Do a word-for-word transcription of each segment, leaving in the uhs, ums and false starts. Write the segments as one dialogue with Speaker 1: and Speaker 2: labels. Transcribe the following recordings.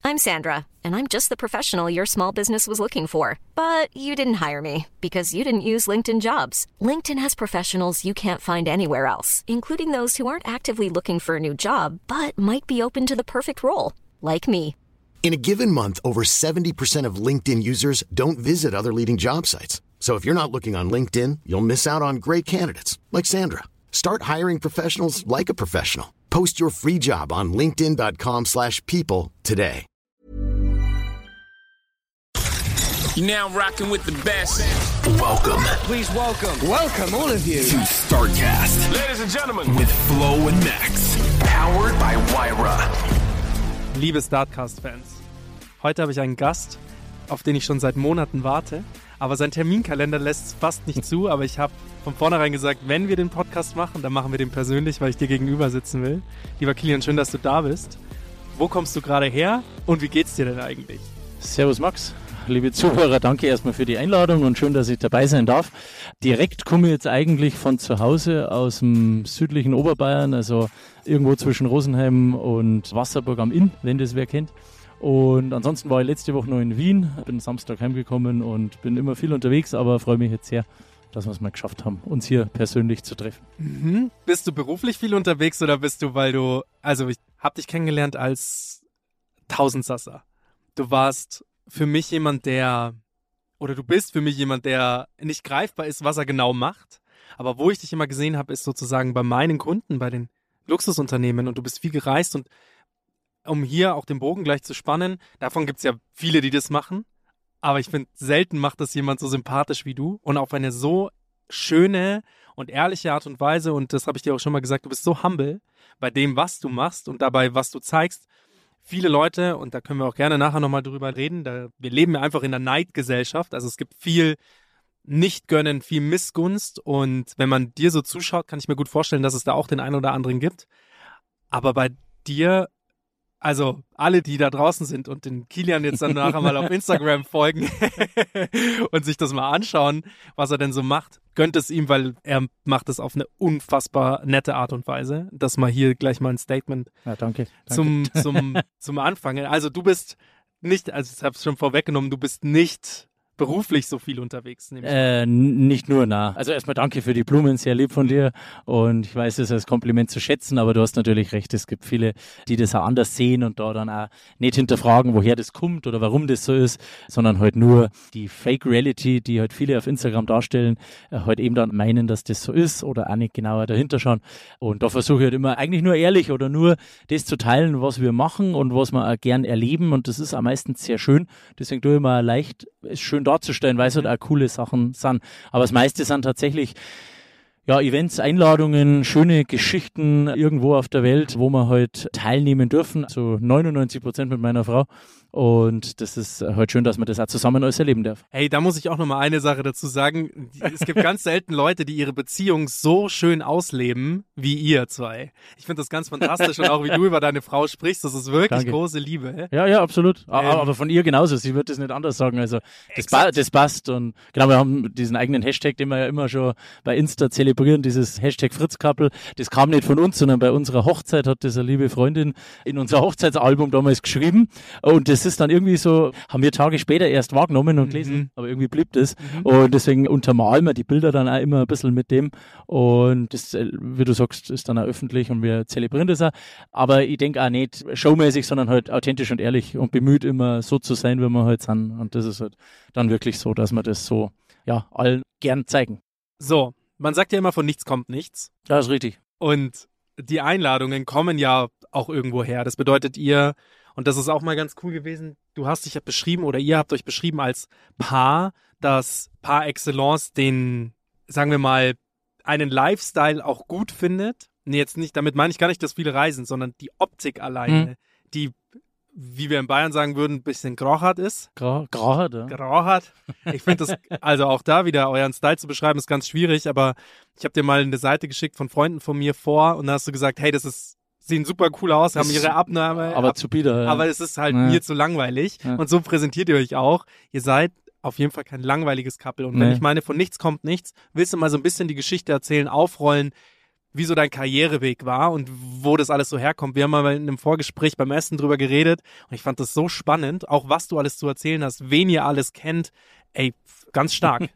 Speaker 1: I'm Sandra, and I'm just the professional your small business was looking for. But you didn't hire me because you didn't use LinkedIn Jobs. LinkedIn has professionals you can't find anywhere else, including those who aren't actively looking for a new job, but might be open to the perfect role, like me.
Speaker 2: In a given month, over seventy percent of LinkedIn users don't visit other leading job sites. So if you're not looking on LinkedIn, you'll miss out on great candidates like Sandra. Start hiring professionals like a professional. Post your free job on linkedin.com slash people today.
Speaker 3: You're now rocking with the best.
Speaker 4: Welcome.
Speaker 5: Please welcome. Welcome all of you.
Speaker 4: To StarCast.
Speaker 3: Ladies and gentlemen.
Speaker 4: With Flo and Max. Powered by Wyra.
Speaker 6: Liebe StarCast-Fans, heute habe ich einen Gast, auf den ich schon seit Monaten warte. Aber sein Terminkalender lässt es fast nicht zu. Aber ich habe von vornherein gesagt, wenn wir den Podcast machen, dann machen wir den persönlich, weil ich dir gegenüber sitzen will. Lieber Kilian, schön, dass du da bist. Wo kommst du gerade her und wie geht's dir denn eigentlich?
Speaker 7: Servus Max, liebe Zuhörer, danke erstmal für die Einladung und schön, dass ich dabei sein darf. Direkt komme ich jetzt eigentlich von zu Hause aus dem südlichen Oberbayern, also irgendwo zwischen Rosenheim und Wasserburg am Inn, wenn das wer kennt. Und ansonsten war ich letzte Woche noch in Wien, bin Samstag heimgekommen und bin immer viel unterwegs, aber freue mich jetzt sehr, dass wir es mal geschafft haben, uns hier persönlich zu treffen.
Speaker 6: Mhm. Bist du beruflich viel unterwegs oder bist du, weil du, also ich habe dich kennengelernt als Tausendsasser. Du warst für mich jemand, der, oder du bist für mich jemand, der nicht greifbar ist, was er genau macht. Aber wo ich dich immer gesehen habe, ist sozusagen bei meinen Kunden, bei den Luxusunternehmen und du bist viel gereist und um hier auch den Bogen gleich zu spannen, davon gibt es ja viele, die das machen, aber ich finde, selten macht das jemand so sympathisch wie du und auf eine so schöne und ehrliche Art und Weise und das habe ich dir auch schon mal gesagt, du bist so humble bei dem, was du machst und dabei, was du zeigst. Viele Leute, und da können wir auch gerne nachher nochmal drüber reden, da, wir leben ja einfach in der Neidgesellschaft, also es gibt viel Nichtgönnen, viel Missgunst und wenn man dir so zuschaut, kann ich mir gut vorstellen, dass es da auch den einen oder anderen gibt, aber bei dir, also alle, die da draußen sind und den Kilian jetzt dann nachher mal auf Instagram folgen und sich das mal anschauen, was er denn so macht, gönnt es ihm, weil er macht es auf eine unfassbar nette Art und Weise. Das mal hier gleich mal ein Statement
Speaker 7: ja, danke, danke.
Speaker 6: Zum, zum, zum Anfang. Also du bist nicht, also ich habe es schon vorweggenommen, du bist nicht beruflich so viel unterwegs?
Speaker 7: Äh, nicht nur, na. Also erstmal danke für die Blumen, sehr lieb von dir und ich weiß es als Kompliment zu schätzen, aber du hast natürlich recht, es gibt viele, die das auch anders sehen und da dann auch nicht hinterfragen, woher das kommt oder warum das so ist, sondern halt nur die Fake Reality, die halt viele auf Instagram darstellen, äh, halt eben dann meinen, dass das so ist oder auch nicht genauer dahinter schauen und da versuche ich halt immer eigentlich nur ehrlich oder nur das zu teilen, was wir machen und was wir auch gern erleben und das ist auch meistens sehr schön, deswegen tue ich mir leicht, ist schön darzustellen, weil es halt auch coole Sachen sind. Aber das meiste sind tatsächlich ja, Events, Einladungen, schöne Geschichten irgendwo auf der Welt, wo wir halt teilnehmen dürfen. So neunundneunzig Prozent mit meiner Frau. Und das ist halt schön, dass man das auch zusammen alles erleben darf.
Speaker 6: Hey, da muss ich auch nochmal eine Sache dazu sagen. Es gibt ganz selten Leute, die ihre Beziehung so schön ausleben wie ihr zwei. Ich finde das ganz fantastisch und auch wie du über deine Frau sprichst, das ist wirklich Danke. Große Liebe.
Speaker 7: Ja, ja, absolut. Ähm. Aber von ihr genauso. Sie wird das nicht anders sagen. Also das, ba- das passt. Und genau, wir haben diesen eigenen Hashtag, den wir ja immer schon bei Insta zelebrieren, dieses Hashtag Fritzkappel. Das kam nicht von uns, sondern bei unserer Hochzeit hat das eine liebe Freundin in unser Hochzeitsalbum damals geschrieben. Und das Das ist dann irgendwie so, haben wir Tage später erst wahrgenommen und gelesen, mhm. aber irgendwie blieb das. Mhm. Und deswegen untermalen wir die Bilder dann auch immer ein bisschen mit dem. Und das, wie du sagst, ist dann auch öffentlich und wir zelebrieren das auch. Aber ich denke auch nicht showmäßig, sondern halt authentisch und ehrlich und bemüht, immer so zu sein, wie wir halt sind. Und das ist halt dann wirklich so, dass wir das so, ja, allen gern zeigen.
Speaker 6: So, man sagt ja immer, von nichts kommt nichts.
Speaker 7: Das ist richtig.
Speaker 6: Und die Einladungen kommen ja auch irgendwo her. Das bedeutet, ihr, und das ist auch mal ganz cool gewesen, du hast dich ja beschrieben oder ihr habt euch beschrieben als Paar, das par excellence den, sagen wir mal, einen Lifestyle auch gut findet. Nee, jetzt nicht, damit meine ich gar nicht das viele Reisen, sondern die Optik alleine, hm. die, wie wir in Bayern sagen würden, ein bisschen grauhart ist.
Speaker 7: Grau, grauhart, ja.
Speaker 6: Grauhart. Ich finde das, also auch da wieder euren Style zu beschreiben, ist ganz schwierig, aber ich habe dir mal eine Seite geschickt von Freunden von mir vor und da hast du gesagt, hey, das ist, sehen super cool aus, haben ihre Abnahme.
Speaker 7: Aber
Speaker 6: ab,
Speaker 7: zu bieder. Ja.
Speaker 6: Aber es ist halt
Speaker 7: ja.
Speaker 6: mir zu langweilig. Ja. Und so präsentiert ihr euch auch. Ihr seid auf jeden Fall kein langweiliges Couple. Und nee. wenn ich meine, von nichts kommt nichts, willst du mal so ein bisschen die Geschichte erzählen, aufrollen, wie so dein Karriereweg war und wo das alles so herkommt. Wir haben mal in einem Vorgespräch beim Essen drüber geredet und ich fand das so spannend, auch was du alles zu erzählen hast, wen ihr alles kennt. Ey, ganz stark.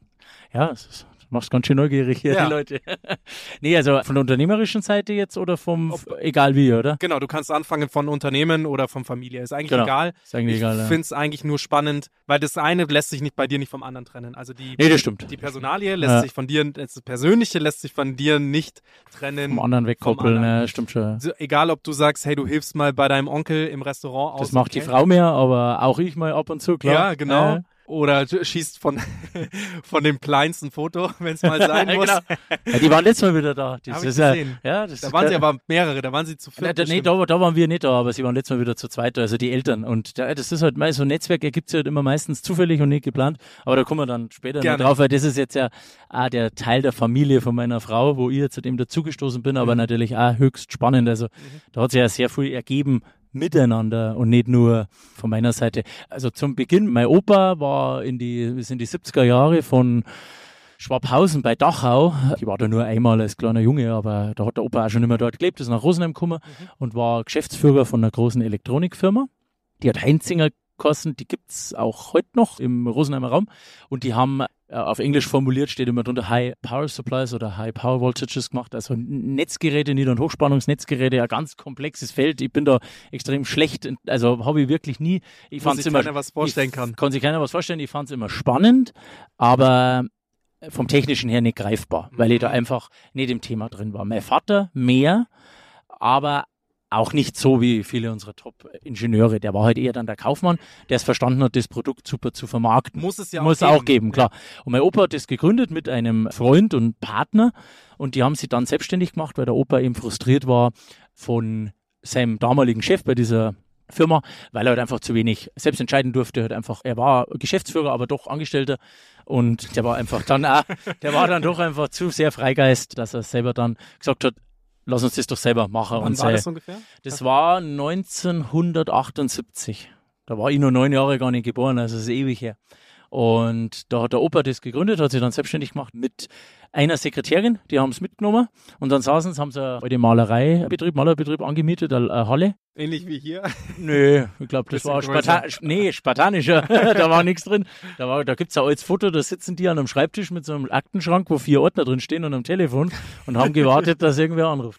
Speaker 7: Ja, es ist, du machst ganz schön neugierig hier,
Speaker 6: Ja.
Speaker 7: die Leute. Nee, also von der unternehmerischen Seite jetzt oder vom, Ob, egal wie, oder?
Speaker 6: Genau, du kannst anfangen von Unternehmen oder von Familie. Ist eigentlich
Speaker 7: Genau.
Speaker 6: egal.
Speaker 7: Ist eigentlich
Speaker 6: ich
Speaker 7: egal, ja.
Speaker 6: finde es eigentlich nur spannend, weil das eine lässt sich nicht bei dir nicht vom anderen trennen. Also die,
Speaker 7: Nee, das stimmt.
Speaker 6: die Personalie lässt
Speaker 7: Ja.
Speaker 6: sich von dir, das Persönliche lässt sich von dir nicht trennen.
Speaker 7: Vom anderen wegkoppeln,
Speaker 6: vom anderen.
Speaker 7: ja, stimmt schon.
Speaker 6: So, egal, ob du sagst, hey, du hilfst mal bei deinem Onkel im Restaurant aus.
Speaker 7: Das macht die
Speaker 6: okay.
Speaker 7: Frau mehr, aber auch ich mal ab und zu, klar.
Speaker 6: Ja, genau.
Speaker 7: Äh,
Speaker 6: Oder du schießt von, von dem kleinsten Foto, wenn es mal sein muss.
Speaker 7: genau. Ja, die waren letztes Mal wieder da. Das
Speaker 6: Hab ich
Speaker 7: ist ja,
Speaker 6: gesehen.
Speaker 7: ja, das
Speaker 6: Da
Speaker 7: ist
Speaker 6: waren
Speaker 7: geil.
Speaker 6: sie aber mehrere, da waren sie zu
Speaker 7: Nee,
Speaker 6: viert.
Speaker 7: da, nee
Speaker 6: bestimmt.
Speaker 7: da, da waren wir nicht da, aber sie waren letztes Mal wieder zu zweit, also die Eltern. Und da, das ist halt mal so ein Netzwerk, ergibt sich halt immer meistens zufällig und nicht geplant. Aber da kommen wir dann später
Speaker 6: Gerne.
Speaker 7: noch drauf, weil das ist jetzt ja auch der Teil der Familie von meiner Frau, wo ich jetzt dem dazugestoßen bin, aber
Speaker 6: Mhm.
Speaker 7: natürlich auch höchst spannend. Also da hat sich ja sehr viel ergeben miteinander und nicht nur von meiner Seite. Also zum Beginn, mein Opa war in die, bis in die siebziger Jahre von Schwabhausen bei Dachau. Ich war da nur einmal als kleiner Junge, aber da hat der Opa auch schon immer dort gelebt, ist nach Rosenheim gekommen
Speaker 6: Mhm.
Speaker 7: und war Geschäftsführer von einer großen Elektronikfirma. Die hat Heinzinger geheißen, die gibt's auch heute noch im Rosenheimer Raum und die haben äh, auf Englisch formuliert, steht immer drunter High Power Supplies oder High Power Voltages gemacht, also Netzgeräte, Nieder- und Hochspannungsnetzgeräte, ein ganz komplexes Feld. Ich bin da extrem schlecht, also habe ich wirklich nie. Ich
Speaker 6: Wo
Speaker 7: fand's
Speaker 6: sich
Speaker 7: immer,
Speaker 6: keiner was vorstellen
Speaker 7: ich,
Speaker 6: kann.
Speaker 7: Kann sich keiner was vorstellen. Ich fand es immer spannend, aber vom Technischen her nicht greifbar, weil ich da einfach nicht im Thema drin war. Mein Vater mehr, aber auch nicht so wie viele unserer Top-Ingenieure. Der war halt eher dann der Kaufmann, der es verstanden hat, das Produkt super zu vermarkten.
Speaker 6: Muss es ja
Speaker 7: Muss
Speaker 6: auch
Speaker 7: auch geben, klar. Und mein Opa hat das gegründet mit einem Freund und Partner und die haben sich dann selbstständig gemacht, weil der Opa eben frustriert war von seinem damaligen Chef bei dieser Firma, weil er halt einfach zu wenig selbst entscheiden durfte. Halt einfach, er war Geschäftsführer, aber doch Angestellter und der war einfach dann auch, der war dann doch einfach zu sehr Freigeist, dass er selber dann gesagt hat, lass uns das doch selber machen.
Speaker 6: Wann
Speaker 7: und
Speaker 6: war
Speaker 7: sei,
Speaker 6: das ungefähr?
Speaker 7: das war neunzehnhundertachtundsiebzig. Da war ich noch neun Jahre gar nicht geboren, also das ist ewig her. Und da hat der Opa das gegründet, hat sich dann selbstständig gemacht mit einer Sekretärin, die haben es mitgenommen und dann saßen sie, haben sie einen Malereibetrieb, Malerbetrieb angemietet, eine Halle.
Speaker 6: Ähnlich wie hier.
Speaker 7: Nö, ich glaube, das
Speaker 6: Bisschen
Speaker 7: war Sparta nee, spartanischer. Da war nichts drin. Da, war, da gibt's ein altes Foto, da sitzen die an einem Schreibtisch mit so einem Aktenschrank, wo vier Ordner drin stehen und am Telefon und haben gewartet, dass irgendwer anruft.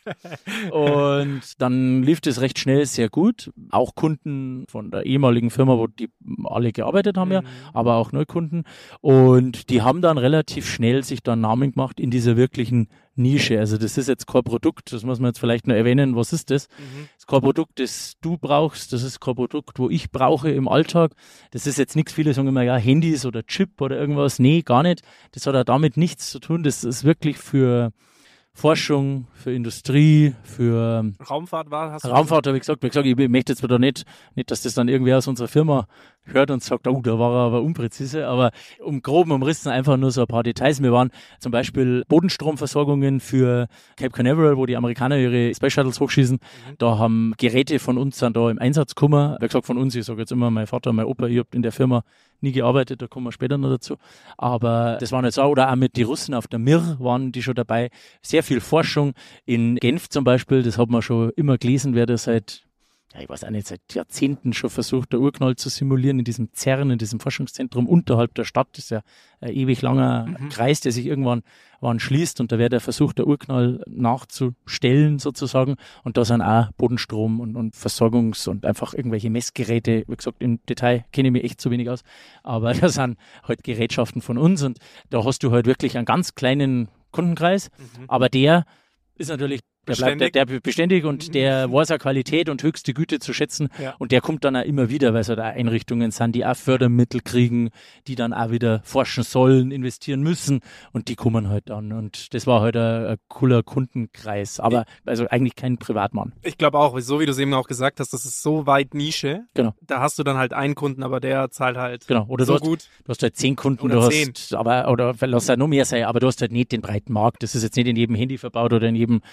Speaker 7: Und dann lief das recht schnell sehr gut. Auch Kunden von der ehemaligen Firma, wo die alle gearbeitet haben, ja, aber auch Neukunden. Und die haben dann relativ schnell sich dann Namen gemacht in dieser wirklichen Nische. Also das ist jetzt kein Produkt, das muss man jetzt vielleicht noch erwähnen, was ist das?
Speaker 6: Mhm.
Speaker 7: Das ist kein Produkt, das du brauchst, das ist kein Produkt, wo ich brauche im Alltag. Das ist jetzt nichts, viele sagen immer, ja, Handys oder Chip oder irgendwas. Nee, gar nicht. Das hat auch damit nichts zu tun. Das ist wirklich für Forschung, für Industrie, für
Speaker 6: Raumfahrt war, hast du
Speaker 7: Raumfahrt, habe ich gesagt. Ich, gesagt, ich möchte jetzt wieder nicht, nicht, dass das dann irgendwer aus unserer Firma hört und sagt, oh, da war er aber unpräzise, aber um groben Umrissen einfach nur so ein paar Details. Wir waren zum Beispiel Bodenstromversorgungen für Cape Canaveral, wo die Amerikaner ihre Space Shuttles hochschießen. Mhm. Da haben Geräte von uns dann da im Einsatz gekommen. Wie gesagt, von uns, ich sage jetzt immer, mein Vater, mein Opa, ich habe in der Firma nie gearbeitet, da kommen wir später noch dazu. Aber das waren jetzt auch, oder auch mit den Russen auf der Mir waren die schon dabei. Sehr viel Forschung in Genf zum Beispiel, das hat man schon immer gelesen, wer das seit, ja, ich weiß auch nicht, seit Jahrzehnten schon versucht, der Urknall zu simulieren in diesem CERN, in diesem Forschungszentrum unterhalb der Stadt. Das ist ja ein ewig langer mhm. Kreis, der sich irgendwann wann schließt und da wäre der Versuch, der Urknall nachzustellen sozusagen. Und da sind auch Bodenstrom und, und Versorgungs- und einfach irgendwelche Messgeräte. Wie gesagt, im Detail kenne ich mich echt zu wenig aus. Aber da sind halt Gerätschaften von uns und da hast du halt wirklich einen ganz kleinen Kundenkreis. Mhm. Aber der ist natürlich Der bleibt der, der beständig und der weiß auch Qualität und höchste Güte zu schätzen. Ja. Und der kommt dann auch immer wieder, weil es halt auch Einrichtungen sind, die auch Fördermittel kriegen, die dann auch wieder forschen sollen, investieren müssen und die kommen halt dann. Und das war halt ein, ein cooler Kundenkreis. Aber also eigentlich kein Privatmann.
Speaker 6: Ich glaube auch, so wie du es eben auch gesagt hast, das ist so weit Nische.
Speaker 7: Genau.
Speaker 6: Da hast du dann halt einen Kunden, aber der zahlt halt
Speaker 7: genau. Oder
Speaker 6: so
Speaker 7: du hast,
Speaker 6: gut.
Speaker 7: Du hast halt zehn Kunden,
Speaker 6: oder
Speaker 7: du
Speaker 6: zehn.
Speaker 7: hast, aber, oder lass halt noch mehr sein, aber du hast halt nicht den breiten Markt. Das ist jetzt nicht in jedem Handy verbaut oder in jedem Mikro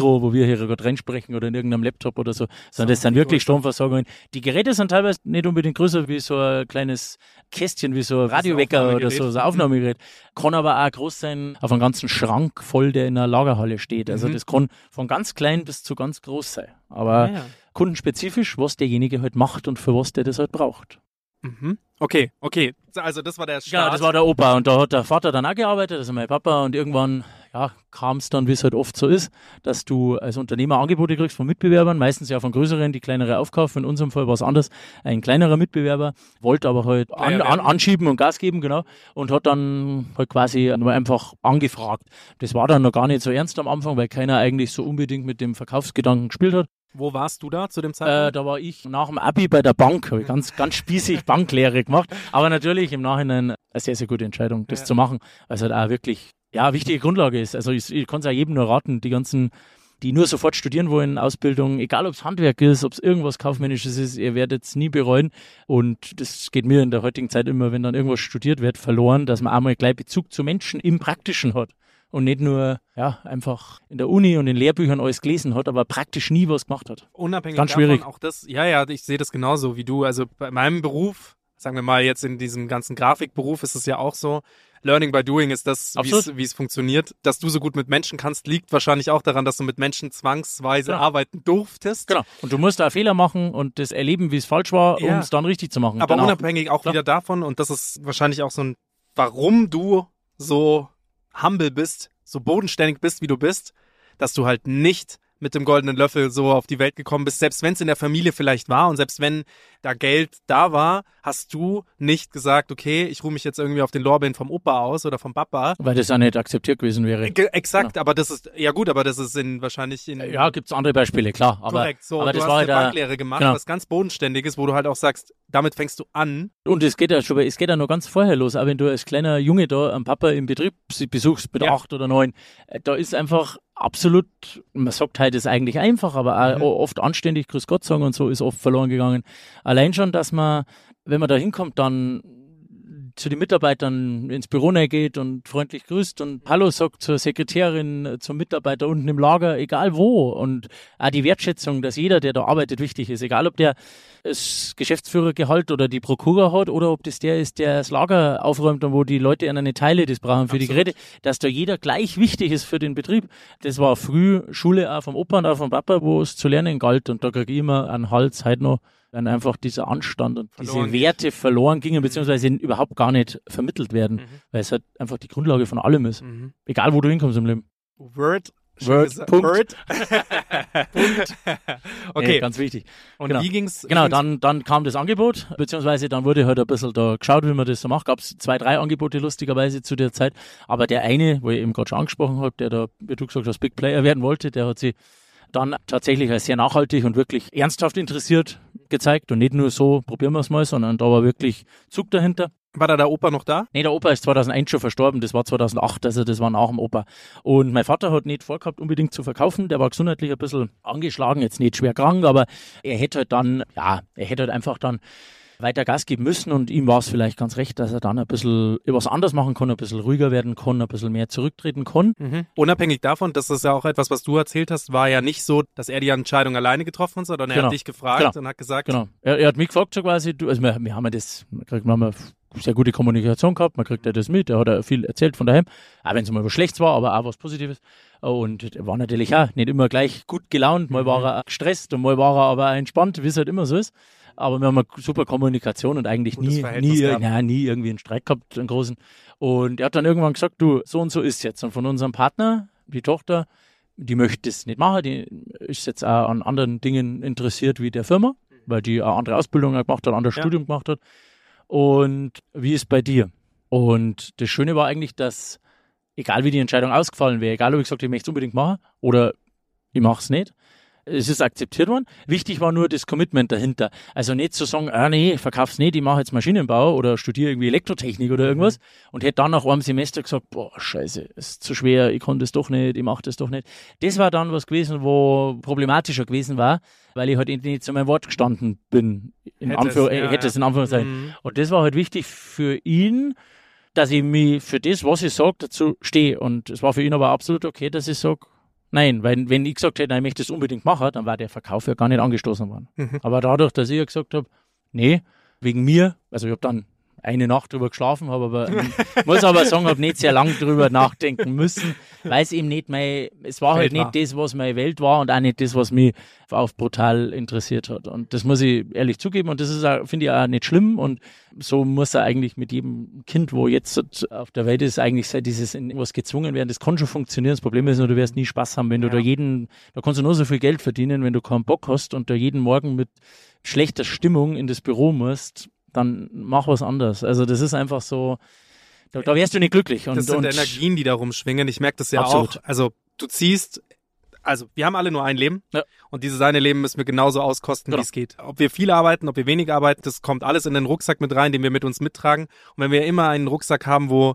Speaker 7: Mikro, wo wir hier gerade reinsprechen oder in irgendeinem Laptop oder so, sondern das sind wirklich Stromversorgungen. Die Geräte sind teilweise nicht unbedingt größer wie so ein kleines Kästchen, wie so ein Radiowecker oder so, so ein Aufnahmegerät. Kann aber auch groß sein, auf einem ganzen Schrank voll, der in einer Lagerhalle steht. Also mhm. das kann von ganz klein bis zu ganz groß sein. Aber ja, ja. kundenspezifisch, was derjenige halt macht und für was der das halt braucht.
Speaker 6: Mhm. Okay, okay. Also das war der Start.
Speaker 7: Ja, das war der Opa und da hat der Vater dann auch gearbeitet, also mein Papa, und irgendwann ja, kam es dann, wie es halt oft so ist, dass du als Unternehmer Angebote kriegst von Mitbewerbern, meistens ja von größeren, die kleinere aufkaufen. In unserem Fall war es anders. Ein kleinerer Mitbewerber wollte aber halt an, an, anschieben und Gas geben, genau, und hat dann halt quasi nur einfach angefragt. Das war dann noch gar nicht so ernst am Anfang, weil keiner eigentlich so unbedingt mit dem Verkaufsgedanken gespielt hat.
Speaker 6: Wo warst du da zu dem Zeitpunkt?
Speaker 7: Äh, da war ich nach dem Abi bei der Bank, habe ich ganz, ganz spießig Banklehre gemacht. Aber natürlich im Nachhinein eine sehr, sehr gute Entscheidung, das ja. zu machen, weil es halt auch wirklich ja wichtige Grundlage ist. Also ich, ich kann es auch jedem nur raten, die ganzen, die nur sofort studieren wollen, Ausbildung, egal ob es Handwerk ist, ob es irgendwas Kaufmännisches ist, ihr werdet es nie bereuen. Und das geht mir in der heutigen Zeit immer, wenn dann irgendwas studiert wird, verloren, dass man einmal gleich Bezug zu Menschen im Praktischen hat. Und nicht nur ja einfach in der Uni und in Lehrbüchern alles gelesen hat, aber praktisch nie was gemacht hat.
Speaker 6: Unabhängig
Speaker 7: Ganz
Speaker 6: davon,
Speaker 7: schwierig.
Speaker 6: Auch das, ja, ja, ich sehe das genauso wie du. Also bei meinem Beruf, sagen wir mal jetzt in diesem ganzen Grafikberuf, ist es ja auch so, Learning by Doing ist das, wie es funktioniert. Dass du so gut mit Menschen kannst, liegt wahrscheinlich auch daran, dass du mit Menschen zwangsweise genau. arbeiten durftest.
Speaker 7: Genau. Und du musst da Fehler machen und das erleben, wie es falsch war, ja. um es dann richtig zu machen.
Speaker 6: Aber
Speaker 7: dann
Speaker 6: unabhängig auch, auch wieder davon, und das ist wahrscheinlich auch so ein, warum du so humble bist, so bodenständig bist, wie du bist, dass du halt nicht mit dem goldenen Löffel so auf die Welt gekommen bist, selbst wenn es in der Familie vielleicht war und selbst wenn da Geld da war, hast du nicht gesagt, okay, ich ruhe mich jetzt irgendwie auf den Lorbeeren vom Opa aus oder vom Papa.
Speaker 7: Weil das auch nicht akzeptiert gewesen wäre.
Speaker 6: Ge- exakt, genau. aber das ist, ja gut, aber das ist in wahrscheinlich in...
Speaker 7: Ja, gibt's andere Beispiele, klar. Aber,
Speaker 6: korrekt, so,
Speaker 7: aber
Speaker 6: du
Speaker 7: das
Speaker 6: hast
Speaker 7: war
Speaker 6: eine
Speaker 7: halt
Speaker 6: Banklehre gemacht,
Speaker 7: genau.
Speaker 6: was ganz Bodenständiges, wo du halt auch sagst, damit fängst du an.
Speaker 7: Und es geht ja schon, es geht ja noch ganz vorher los, auch wenn du als kleiner Junge da am Papa im Betrieb besuchst mit ja. acht oder neun, da ist einfach absolut, man sagt halt, ist eigentlich einfach, aber auch mhm. oft anständig Grüß Gott sagen und so ist oft verloren gegangen. Allein schon, dass man, wenn man da hinkommt, dann zu den Mitarbeitern ins Büro geht und freundlich grüßt und Hallo sagt zur Sekretärin, zum Mitarbeiter unten im Lager, egal wo. Und auch die Wertschätzung, dass jeder, der da arbeitet, wichtig ist. Egal, ob der das Geschäftsführergehalt oder die Prokura hat oder ob das der ist, der das Lager aufräumt und wo die Leute eine Teile das brauchen für Absolut. Die Geräte, dass da jeder gleich wichtig ist für den Betrieb. Das war früh Schule auch vom Opa und auch vom Papa, wo es zu lernen galt. Und da kriege ich immer einen Hals heute noch, wenn einfach dieser Anstand und verloren diese Werte geht. verloren gingen, beziehungsweise überhaupt gar nicht vermittelt werden, mhm. weil es halt einfach die Grundlage von allem ist. Mhm. Egal, wo du hinkommst im Leben.
Speaker 6: Word.
Speaker 7: Word. Punkt.
Speaker 6: Word. Punkt. Okay.
Speaker 7: Nee, ganz wichtig.
Speaker 6: Und
Speaker 7: genau.
Speaker 6: wie ging's?
Speaker 7: Genau, dann, dann kam das Angebot, beziehungsweise dann wurde halt ein bisschen da geschaut, wie man das so macht. Gab es zwei, drei Angebote lustigerweise zu der Zeit. Aber der eine, wo ich eben gerade schon angesprochen habe, der da, wie du gesagt hast, Big Player werden wollte, der hat sich dann tatsächlich als sehr nachhaltig und wirklich ernsthaft interessiert gezeigt und nicht nur so, probieren wir es mal, sondern da war wirklich Zug dahinter.
Speaker 6: War da der Opa noch da?
Speaker 7: Nee, der Opa ist zweitausendeins schon verstorben, das war zweitausendacht, also das war nach dem Opa. Und mein Vater hat nicht vorgehabt, unbedingt zu verkaufen, der war gesundheitlich ein bisschen angeschlagen, jetzt nicht schwer krank, aber er hätte halt dann, ja, er hätte halt einfach dann weiter Gas geben müssen und ihm war es vielleicht ganz recht, dass er dann ein bisschen was anders machen kann, ein bisschen ruhiger werden kann, ein bisschen mehr zurücktreten kann.
Speaker 6: Mhm. Unabhängig davon, das ist ja auch etwas, was du erzählt hast, war ja nicht so, dass er die Entscheidung alleine getroffen hat, sondern er
Speaker 7: genau.
Speaker 6: hat dich gefragt
Speaker 7: genau.
Speaker 6: und hat gesagt...
Speaker 7: Genau, er, er hat mich gefragt so quasi, du, also wir, wir haben ja das, wir kriegen wir sehr gute Kommunikation gehabt, man kriegt ja das mit, er hat ja viel erzählt von daheim, auch wenn es mal was Schlechtes war, aber auch was Positives. Und er war natürlich auch nicht immer gleich gut gelaunt, mal war er gestresst und mal war er aber entspannt, wie es halt immer so ist. Aber wir haben eine super Kommunikation und eigentlich nie, nie, ja, nie irgendwie einen Streit gehabt, einen großen. Und er hat dann irgendwann gesagt, du, so und so ist jetzt. Und von unserem Partner, die Tochter, die möchte es nicht machen, die ist jetzt auch an anderen Dingen interessiert wie der Firma, weil die eine andere Ausbildung gemacht hat, ein anderes ja. Studium gemacht hat. Und wie ist bei dir? Und das Schöne war eigentlich, dass, egal wie die Entscheidung ausgefallen wäre, egal ob ich gesagt habe, ich möchte es unbedingt machen oder ich mache es nicht, es ist akzeptiert worden. Wichtig war nur das Commitment dahinter. Also nicht zu sagen, ah nee, ich verkauf's nicht, ich mache jetzt Maschinenbau oder studiere irgendwie Elektrotechnik oder irgendwas mhm. und hätte dann nach einem Semester gesagt, boah, scheiße, ist zu schwer, ich kann das doch nicht, ich mache das doch nicht. Das war dann was gewesen, wo problematischer gewesen war, weil ich halt nicht zu meinem Wort gestanden bin. In
Speaker 6: hätte
Speaker 7: Anführ-
Speaker 6: es, ja,
Speaker 7: hätte es in Anführungszeichen.
Speaker 6: Mhm.
Speaker 7: Und das war halt wichtig für ihn, dass ich mich für das, was ich sage, dazu stehe. Und es war für ihn aber absolut okay, dass ich sage, Nein, weil wenn ich gesagt hätte, nein, ich möchte das unbedingt machen, dann war der Verkauf ja gar nicht angestoßen worden. Mhm. Aber dadurch, dass ich ja gesagt habe, nee, wegen mir, also ich habe dann eine Nacht drüber geschlafen, habe aber, muss aber sagen, habe nicht sehr lange drüber nachdenken müssen, weil es eben nicht mein, es war halt nicht war. das, was meine Welt war und auch nicht das, was mich auf brutal interessiert hat. Und das muss ich ehrlich zugeben und das ist auch, finde ich auch nicht schlimm und so muss er eigentlich mit jedem Kind, wo jetzt auf der Welt ist, eigentlich sei dieses in was gezwungen werden, das kann schon funktionieren. Das Problem ist nur, du wirst nie Spaß haben, wenn du ja. da jeden, da kannst du nur so viel Geld verdienen, wenn du keinen Bock hast und da jeden Morgen mit schlechter Stimmung in das Büro musst, dann mach was anderes. Also das ist einfach so, da, da wärst du nicht glücklich. Und,
Speaker 6: das sind
Speaker 7: und
Speaker 6: Energien, die da rumschwingen. Ich merke das ja
Speaker 7: absolut.
Speaker 6: auch. Also du ziehst, also wir haben alle nur ein Leben
Speaker 7: ja.
Speaker 6: und dieses eine Leben müssen wir genauso auskosten,
Speaker 7: genau.
Speaker 6: wie es geht. Ob wir viel arbeiten, ob wir wenig arbeiten, das kommt alles in den Rucksack mit rein, den wir mit uns mittragen. Und wenn wir immer einen Rucksack haben, wo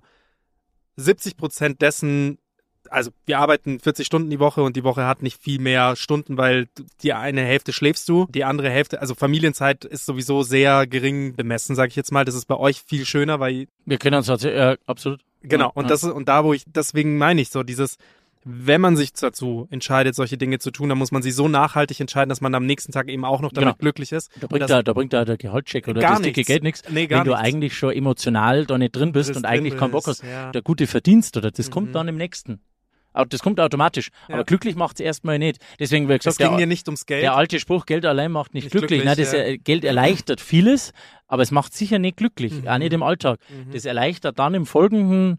Speaker 6: siebzig Prozent dessen, also wir arbeiten vierzig Stunden die Woche und die Woche hat nicht viel mehr Stunden, weil die eine Hälfte schläfst du, die andere Hälfte, also Familienzeit ist sowieso sehr gering bemessen, sage ich jetzt mal. Das ist bei euch viel schöner, weil
Speaker 7: wir kennen uns tatsächlich, ja, absolut.
Speaker 6: Genau,
Speaker 7: ja,
Speaker 6: und
Speaker 7: ja.
Speaker 6: das ist, und da, wo ich, deswegen meine ich so, dieses, wenn man sich dazu entscheidet, solche Dinge zu tun, dann muss man sie so nachhaltig entscheiden, dass man am nächsten Tag eben auch noch damit genau. glücklich ist.
Speaker 7: Da bringt,
Speaker 6: das,
Speaker 7: da, da bringt da der Gehaltscheck oder das dicke Geld nichts,
Speaker 6: nee, gar
Speaker 7: wenn du
Speaker 6: nichts.
Speaker 7: eigentlich schon emotional da nicht drin bist
Speaker 6: Drin
Speaker 7: und eigentlich keinen Bock hast.
Speaker 6: Ja.
Speaker 7: Der gute Verdienst oder das
Speaker 6: Mhm.
Speaker 7: kommt dann im nächsten. Das kommt automatisch,
Speaker 6: ja.
Speaker 7: aber glücklich macht es erstmal nicht. Deswegen, wie gesagt,
Speaker 6: es ging
Speaker 7: der,
Speaker 6: dir nicht ums Geld.
Speaker 7: Der alte Spruch, Geld allein macht nicht,
Speaker 6: nicht
Speaker 7: glücklich.
Speaker 6: glücklich.
Speaker 7: Nein, das
Speaker 6: ja.
Speaker 7: Geld erleichtert vieles, aber es macht sicher nicht glücklich,
Speaker 6: Mhm.
Speaker 7: auch nicht im Alltag.
Speaker 6: Mhm.
Speaker 7: Das erleichtert dann im Folgenden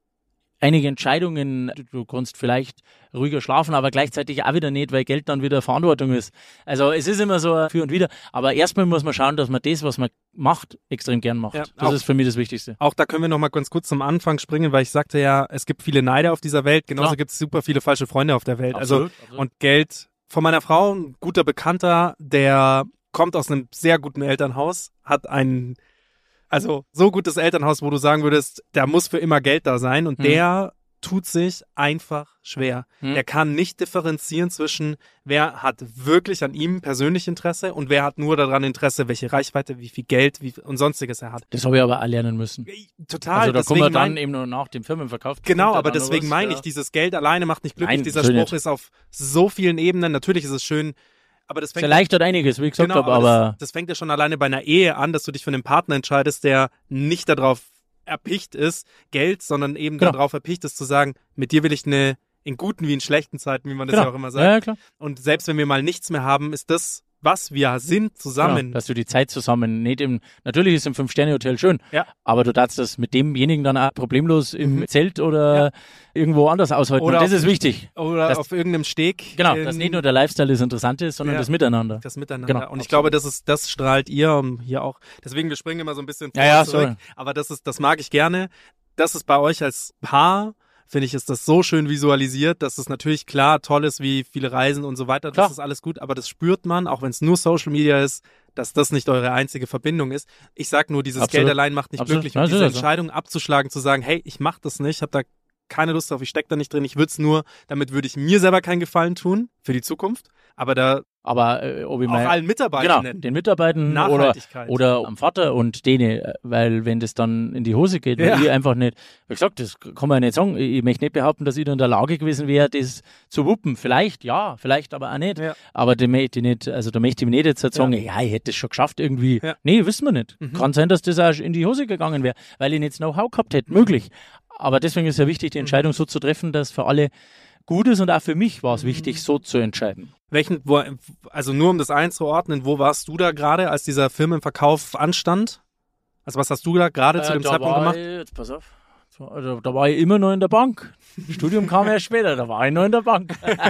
Speaker 7: einige Entscheidungen. Du, du kannst vielleicht ruhiger schlafen, aber gleichzeitig auch wieder nicht, weil Geld dann wieder Verantwortung ist. Also es ist immer so ein für und wider. Aber erstmal muss man schauen, dass man das, was man macht, extrem gern macht.
Speaker 6: Ja,
Speaker 7: das
Speaker 6: auch,
Speaker 7: ist für mich das Wichtigste.
Speaker 6: Auch da können wir noch mal ganz kurz zum Anfang springen, weil ich sagte ja, es gibt viele Neider auf dieser Welt, genauso gibt es super viele falsche Freunde auf der Welt.
Speaker 7: Absolut,
Speaker 6: also
Speaker 7: absolut.
Speaker 6: Und Geld von meiner Frau, ein guter Bekannter, der kommt aus einem sehr guten Elternhaus, hat ein, also so gutes Elternhaus, wo du sagen würdest, da muss für immer Geld da sein und
Speaker 7: Hm.
Speaker 6: der tut sich einfach schwer.
Speaker 7: Hm.
Speaker 6: Er kann nicht differenzieren zwischen, wer hat wirklich an ihm persönlich Interesse und wer hat nur daran Interesse, welche Reichweite, wie viel Geld wie, und sonstiges er hat.
Speaker 7: Das habe ich aber auch lernen müssen.
Speaker 6: Total.
Speaker 7: Also da kommen wir dann
Speaker 6: mein,
Speaker 7: eben nur nach dem Firmenverkauf.
Speaker 6: Genau,
Speaker 7: kommt da
Speaker 6: aber
Speaker 7: dann noch
Speaker 6: deswegen
Speaker 7: was,
Speaker 6: meine
Speaker 7: ja.
Speaker 6: ich, dieses Geld alleine macht nicht glücklich.
Speaker 7: Nein,
Speaker 6: Dieser
Speaker 7: natürlich
Speaker 6: Spruch
Speaker 7: nicht.
Speaker 6: ist auf so vielen Ebenen. Natürlich ist es schön, aber das
Speaker 7: Es
Speaker 6: fängt
Speaker 7: erleichtert einiges, wie ich gesagt
Speaker 6: genau,
Speaker 7: habe,
Speaker 6: aber
Speaker 7: aber
Speaker 6: das, das fängt ja schon alleine bei einer Ehe an, dass du dich für einen Partner entscheidest, der nicht darauf erpicht ist, Geld, sondern eben
Speaker 7: Genau.
Speaker 6: darauf erpicht ist zu sagen, mit dir will ich eine, in guten wie in schlechten Zeiten, wie man das
Speaker 7: genau.
Speaker 6: ja auch immer sagt.
Speaker 7: Ja, ja, klar.
Speaker 6: Und selbst wenn wir mal nichts mehr haben, ist das, was wir sind, zusammen.
Speaker 7: Genau, dass du die Zeit zusammen, nicht im, natürlich ist im Fünf-Sterne-Hotel schön,
Speaker 6: Ja.
Speaker 7: aber du darfst das mit demjenigen dann auch problemlos im
Speaker 6: Mhm.
Speaker 7: Zelt oder
Speaker 6: Ja.
Speaker 7: irgendwo anders aushalten.
Speaker 6: Oder
Speaker 7: Und das
Speaker 6: auf-
Speaker 7: ist wichtig.
Speaker 6: Oder
Speaker 7: Das-
Speaker 6: auf irgendeinem Steg.
Speaker 7: Genau,
Speaker 6: in-
Speaker 7: dass nicht nur der Lifestyle das Interessante ist, sondern
Speaker 6: Ja.
Speaker 7: das Miteinander.
Speaker 6: Das Miteinander.
Speaker 7: Genau,
Speaker 6: und ich
Speaker 7: absolut.
Speaker 6: glaube, das ist, das strahlt ihr um, hier auch. Deswegen, wir springen immer so ein bisschen vor
Speaker 7: Ja, ja,
Speaker 6: und zurück.
Speaker 7: sorry.
Speaker 6: Aber das ist, das mag ich gerne. Das ist bei euch als Paar, finde ich, ist das so schön visualisiert, dass es natürlich klar toll ist, wie viele Reisen und so weiter.
Speaker 7: Klar.
Speaker 6: Das ist alles gut. Aber das spürt man, auch wenn es nur Social Media ist, dass das nicht eure einzige Verbindung ist. Ich sag nur, dieses
Speaker 7: Absolut.
Speaker 6: Geld allein macht nicht
Speaker 7: Absolut.
Speaker 6: glücklich.
Speaker 7: Ja,
Speaker 6: Und
Speaker 7: das
Speaker 6: diese
Speaker 7: ist so.
Speaker 6: Entscheidung abzuschlagen, zu sagen, hey, ich mach das nicht, ich habe da keine Lust drauf, ich steck da nicht drin, ich würde es nur, damit würde ich mir selber keinen Gefallen tun für die Zukunft. Aber da
Speaker 7: Aber äh, ob ich
Speaker 6: auch
Speaker 7: mal
Speaker 6: allen Mitarbeitern
Speaker 7: genau,
Speaker 6: nennen.
Speaker 7: den Mitarbeitern oder,
Speaker 6: Nachhaltigkeit.
Speaker 7: oder am Vater und denen, äh, weil wenn das dann in die Hose geht, weil
Speaker 6: Ja.
Speaker 7: ich einfach nicht, wie gesagt, das kann man ja nicht sagen, ich, ich möchte nicht behaupten, dass ich da in der Lage gewesen wäre, das zu wuppen. Vielleicht ja, vielleicht aber auch nicht.
Speaker 6: Ja.
Speaker 7: Aber da möchte ich nicht, also da möchte ich mir nicht jetzt sagen, ja. ja, ich hätte es schon geschafft irgendwie.
Speaker 6: Ja.
Speaker 7: Nee, wissen wir nicht.
Speaker 6: Mhm.
Speaker 7: Kann sein, dass das auch in die Hose gegangen wäre, weil ich nicht das Know-how gehabt hätte, möglich. Aber deswegen ist ja wichtig, die Entscheidung so zu treffen, dass für alle gut ist und auch für mich war es wichtig, so zu entscheiden.
Speaker 6: Welchen, wo, also nur um das einzuordnen, wo warst du da gerade, als dieser Film im Verkauf anstand? Also was hast du da gerade zu
Speaker 7: Äh,
Speaker 6: dem
Speaker 7: da
Speaker 6: Zeitpunkt
Speaker 7: war
Speaker 6: gemacht?
Speaker 7: Ich, jetzt pass auf. So, also, da war ich immer noch in der Bank. Studium kam erst später, da war ich noch in der Bank.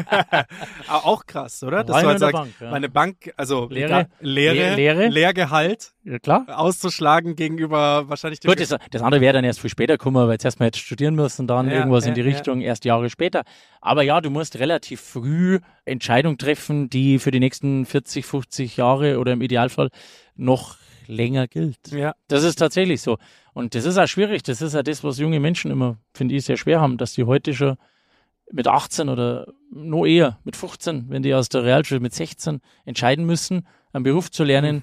Speaker 6: Ah, auch krass, oder?
Speaker 7: Da war ich noch
Speaker 6: halt
Speaker 7: in der
Speaker 6: sagst,
Speaker 7: Bank, ja.
Speaker 6: meine Bank, also
Speaker 7: Lehre.
Speaker 6: egal, Lehre,
Speaker 7: Le- Lehre.
Speaker 6: Lehrgehalt
Speaker 7: Ja, klar.
Speaker 6: auszuschlagen gegenüber wahrscheinlich dem
Speaker 7: Gut, das, das andere wäre dann erst viel später gekommen, weil zuerst mal jetzt studieren müssen, dann
Speaker 6: Ja,
Speaker 7: irgendwas
Speaker 6: ja,
Speaker 7: in die
Speaker 6: ja.
Speaker 7: Richtung, erst Jahre später. Aber ja, du musst relativ früh Entscheidungen treffen, die für die nächsten vierzig, fünfzig Jahre oder im Idealfall noch länger gilt.
Speaker 6: Ja.
Speaker 7: Das ist tatsächlich so. Und das ist auch schwierig. Das ist ja das, was junge Menschen immer, finde ich, sehr schwer haben, dass die heute schon mit achtzehn oder noch eher mit fünfzehn, wenn die aus der Realschule mit sechzehn entscheiden müssen, einen Beruf zu lernen,
Speaker 6: Mhm.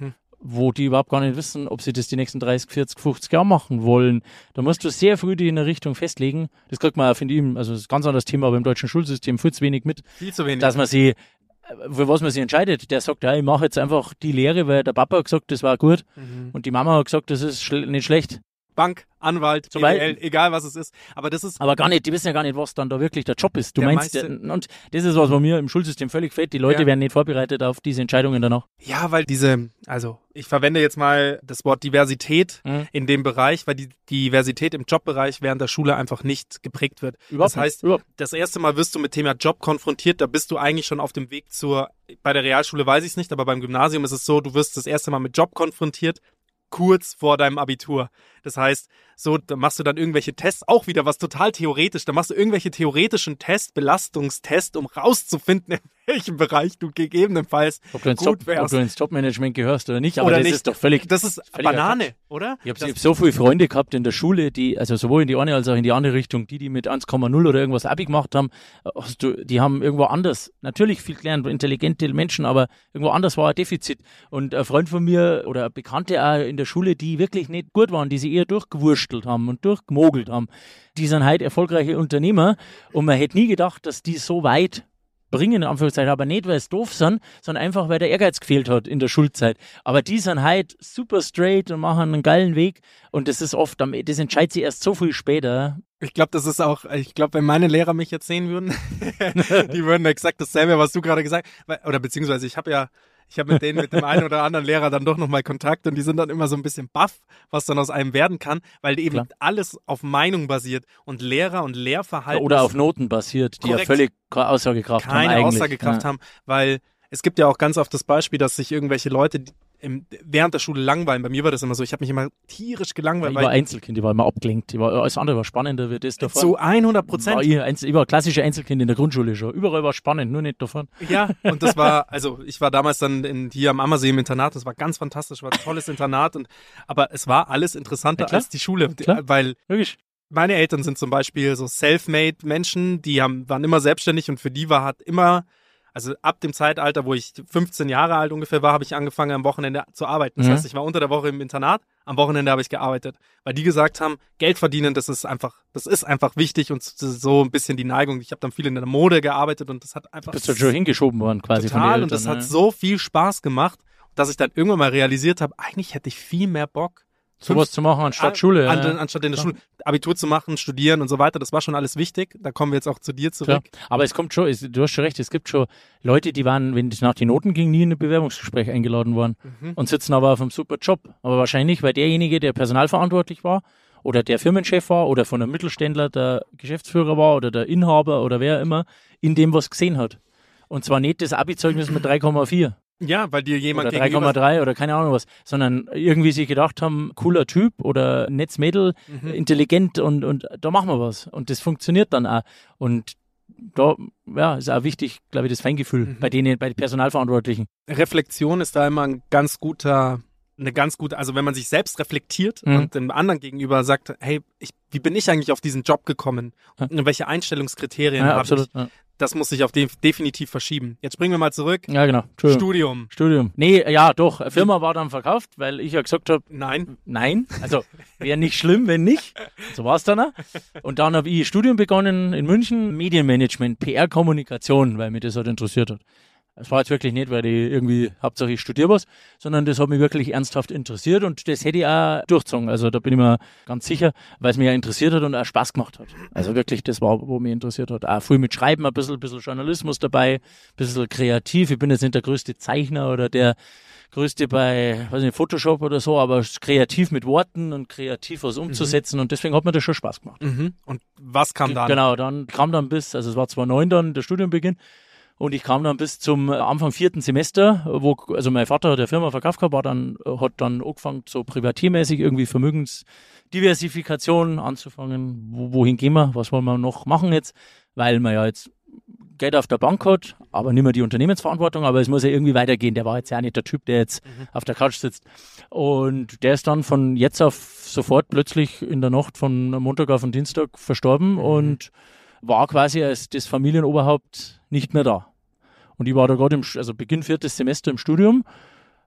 Speaker 7: wo die überhaupt gar nicht wissen, ob sie das die nächsten dreißig, vierzig, fünfzig Jahre machen wollen. Da musst du sehr früh die in eine Richtung festlegen. Das kriegt man, finde ich, also das ist ein ganz anderes Thema, aber im deutschen Schulsystem viel zu wenig mit.
Speaker 6: Viel zu wenig.
Speaker 7: Dass man sie, für was man sich entscheidet. Der sagt, ja, ich mache jetzt einfach die Lehre, weil der Papa hat gesagt, das war gut. Mhm. Und die Mama hat gesagt, das ist schl- nicht schlecht.
Speaker 6: Bank, Anwalt, B W L, egal was es ist. Aber das ist.
Speaker 7: Aber gar nicht, die wissen ja gar nicht, was dann da wirklich der Job ist. Du meinst, der, und das ist was, was mir im Schulsystem völlig fehlt. Die Leute ja. werden nicht vorbereitet auf diese Entscheidungen danach.
Speaker 6: Ja, weil diese, also ich verwende jetzt mal das Wort Diversität mhm. in dem Bereich, weil die Diversität im Jobbereich während der Schule einfach nicht geprägt wird.
Speaker 7: Überhaupt
Speaker 6: das heißt,
Speaker 7: nicht.
Speaker 6: das erste Mal wirst du mit Thema Job konfrontiert, da bist du eigentlich schon auf dem Weg zur, bei der Realschule weiß ich es nicht, aber beim Gymnasium ist es so, du wirst das erste Mal mit Job konfrontiert, kurz vor deinem Abitur. Das heißt, so, da machst du dann irgendwelche Tests, auch wieder was total theoretisch, da machst du irgendwelche theoretischen Tests, Belastungstests, um rauszufinden, in welchem Bereich du gegebenenfalls
Speaker 7: ob du ins
Speaker 6: gut
Speaker 7: Top,
Speaker 6: wärst.
Speaker 7: Ob du ins Top-Management gehörst oder nicht, aber
Speaker 6: oder
Speaker 7: das
Speaker 6: nicht.
Speaker 7: ist doch völlig...
Speaker 6: Das ist Banane, Quatsch. Oder?
Speaker 7: Ich habe hab so viele Freunde gehabt in der Schule, die, also sowohl in die eine als auch in die andere Richtung, die, die mit eins Komma null oder irgendwas Abi gemacht haben, hast du, die haben irgendwo anders, natürlich viel gelernt, intelligente Menschen, aber irgendwo anders war ein Defizit. Und ein Freund von mir oder Bekannte auch in der Schule, die wirklich nicht gut waren, die sie eher durchgewurstelt haben und durchgemogelt haben, die sind halt erfolgreiche Unternehmer und man hätte nie gedacht, dass die so weit bringen, in Anführungszeichen, aber nicht, weil es doof sind, sondern einfach, weil der Ehrgeiz gefehlt hat in der Schulzeit. Aber die sind halt super straight und machen einen geilen Weg und das ist oft, das entscheidet sich erst so viel später.
Speaker 6: Ich glaube, das ist auch, ich glaube, wenn meine Lehrer mich jetzt sehen würden, die würden exakt dasselbe, was du gerade gesagt hast, oder beziehungsweise ich habe ja Ich habe mit denen, mit dem einen oder anderen Lehrer dann doch nochmal Kontakt und die sind dann immer so ein bisschen baff, was dann aus einem werden kann, weil eben Klar. alles auf Meinung basiert und Lehrer und Lehrverhalten.
Speaker 7: Oder auf Noten basiert, die korrekt. ja völlig keine Aussagekraft
Speaker 6: Keine
Speaker 7: haben eigentlich.
Speaker 6: Keine Aussagekraft
Speaker 7: ja.
Speaker 6: haben, weil es gibt ja auch ganz oft das Beispiel, dass sich irgendwelche Leute im, während der Schule langweilen. Bei mir war das immer so, ich habe mich immer tierisch gelangweilt.
Speaker 7: Ja, ich war Einzelkind, ich war immer abgelenkt. Ich war, alles andere war spannender wie das davon.
Speaker 6: Zu hundert Prozent.
Speaker 7: Ich, ich war klassische Einzelkind in der Grundschule schon. Überall war spannend, nur nicht davon.
Speaker 6: Ja, und das war, also ich war damals dann in, hier am Ammersee im Internat, das war ganz fantastisch, war ein tolles Internat. Und aber es war alles interessanter ja, als die Schule,
Speaker 7: klar.
Speaker 6: weil
Speaker 7: Wirklich.
Speaker 6: meine Eltern sind zum Beispiel so self-made Menschen, die haben, waren immer selbstständig und für die war halt immer... Also ab dem Zeitalter, wo ich fünfzehn Jahre alt ungefähr war, habe ich angefangen, am Wochenende zu arbeiten. Das mhm. heißt, ich war unter der Woche im Internat, am Wochenende habe ich gearbeitet. Weil die gesagt haben, Geld verdienen, das ist einfach, das ist einfach wichtig und so ein bisschen die Neigung. Ich habe dann viel in der Mode gearbeitet und das hat einfach...
Speaker 7: Bist du schon hingeschoben worden quasi
Speaker 6: total,
Speaker 7: von den Eltern,
Speaker 6: und das
Speaker 7: ne?
Speaker 6: hat so viel Spaß gemacht, dass ich dann irgendwann mal realisiert habe, eigentlich hätte ich viel mehr Bock,
Speaker 7: sowas zu machen anstatt an, Schule.
Speaker 6: An,
Speaker 7: ja.
Speaker 6: Anstatt in der ja. Schule Abitur zu machen, studieren und so weiter. Das war schon alles wichtig. Da kommen wir jetzt auch zu dir zurück.
Speaker 7: Klar. Aber es kommt schon, es, du hast schon recht, es gibt schon Leute, die waren, wenn es nach den Noten ging, nie in ein Bewerbungsgespräch eingeladen worden mhm. und sitzen aber auf einem super Job. Aber wahrscheinlich, weil derjenige, der personalverantwortlich war oder der Firmenchef war oder von einem Mittelständler der Geschäftsführer war oder der Inhaber oder wer immer, in dem was gesehen hat. Und zwar nicht das Abi-Zeugnis mit drei Komma vier.
Speaker 6: Ja, weil dir jemand
Speaker 7: oder drei Komma drei oder keine Ahnung was, sondern irgendwie sich gedacht haben, cooler Typ oder nettes Mädel, mhm. intelligent und, und da machen wir was. Und das funktioniert dann auch. Und da ja, ist auch wichtig, glaube ich, das Feingefühl mhm. bei denen, bei den Personalverantwortlichen.
Speaker 6: Reflexion ist da immer ein ganz guter, eine ganz gute, also wenn man sich selbst reflektiert mhm. und dem anderen gegenüber sagt, hey, ich, wie bin ich eigentlich auf diesen Job gekommen? Ja. Und welche Einstellungskriterien
Speaker 7: ja,
Speaker 6: habe
Speaker 7: absolut,
Speaker 6: ich?
Speaker 7: Ja.
Speaker 6: Das muss sich auf de- definitiv verschieben. Jetzt springen wir mal zurück.
Speaker 7: Ja, genau.
Speaker 6: Studium.
Speaker 7: Studium. Nee, ja, doch. Eine Firma war dann verkauft, weil ich ja gesagt habe,
Speaker 6: nein.
Speaker 7: Nein. Also, wäre nicht schlimm, wenn nicht. So war es dann auch. Und dann habe ich Studium begonnen in München, Medienmanagement, P R-Kommunikation, weil mich das halt interessiert hat. Es war jetzt wirklich nicht, weil ich irgendwie, Hauptsache ich studiere was, sondern das hat mich wirklich ernsthaft interessiert und das hätte ich auch durchgezogen. Also da bin ich mir ganz sicher, weil es mich ja interessiert hat und auch Spaß gemacht hat. Also wirklich, das war, wo mich interessiert hat. Auch viel mit Schreiben, ein bisschen, bisschen Journalismus dabei, ein bisschen kreativ. Ich bin jetzt nicht der größte Zeichner oder der größte bei, weiß nicht, Photoshop oder so, aber kreativ mit Worten und kreativ was umzusetzen mhm. und deswegen hat mir das schon Spaß gemacht.
Speaker 6: Mhm. Und was kam dann?
Speaker 7: Genau, dann kam dann bis, also es war zweitausendneun dann der Studienbeginn. Und ich kam dann bis zum Anfang vierten Semester, wo, also mein Vater hat der Firma verkauft gehabt, war dann, hat dann angefangen, so privatiermäßig irgendwie Vermögensdiversifikation anzufangen. Wo, wohin gehen wir? Was wollen wir noch machen jetzt? Weil man ja jetzt Geld auf der Bank hat, aber nicht mehr die Unternehmensverantwortung, aber es muss ja irgendwie weitergehen. Der war jetzt ja nicht der Typ, der jetzt mhm. auf der Couch sitzt. Und der ist dann von jetzt auf sofort plötzlich in der Nacht von Montag auf den Dienstag verstorben mhm. und war quasi als das Familienoberhaupt nicht mehr da. Und ich war da gerade im, also Beginn viertes Semester im Studium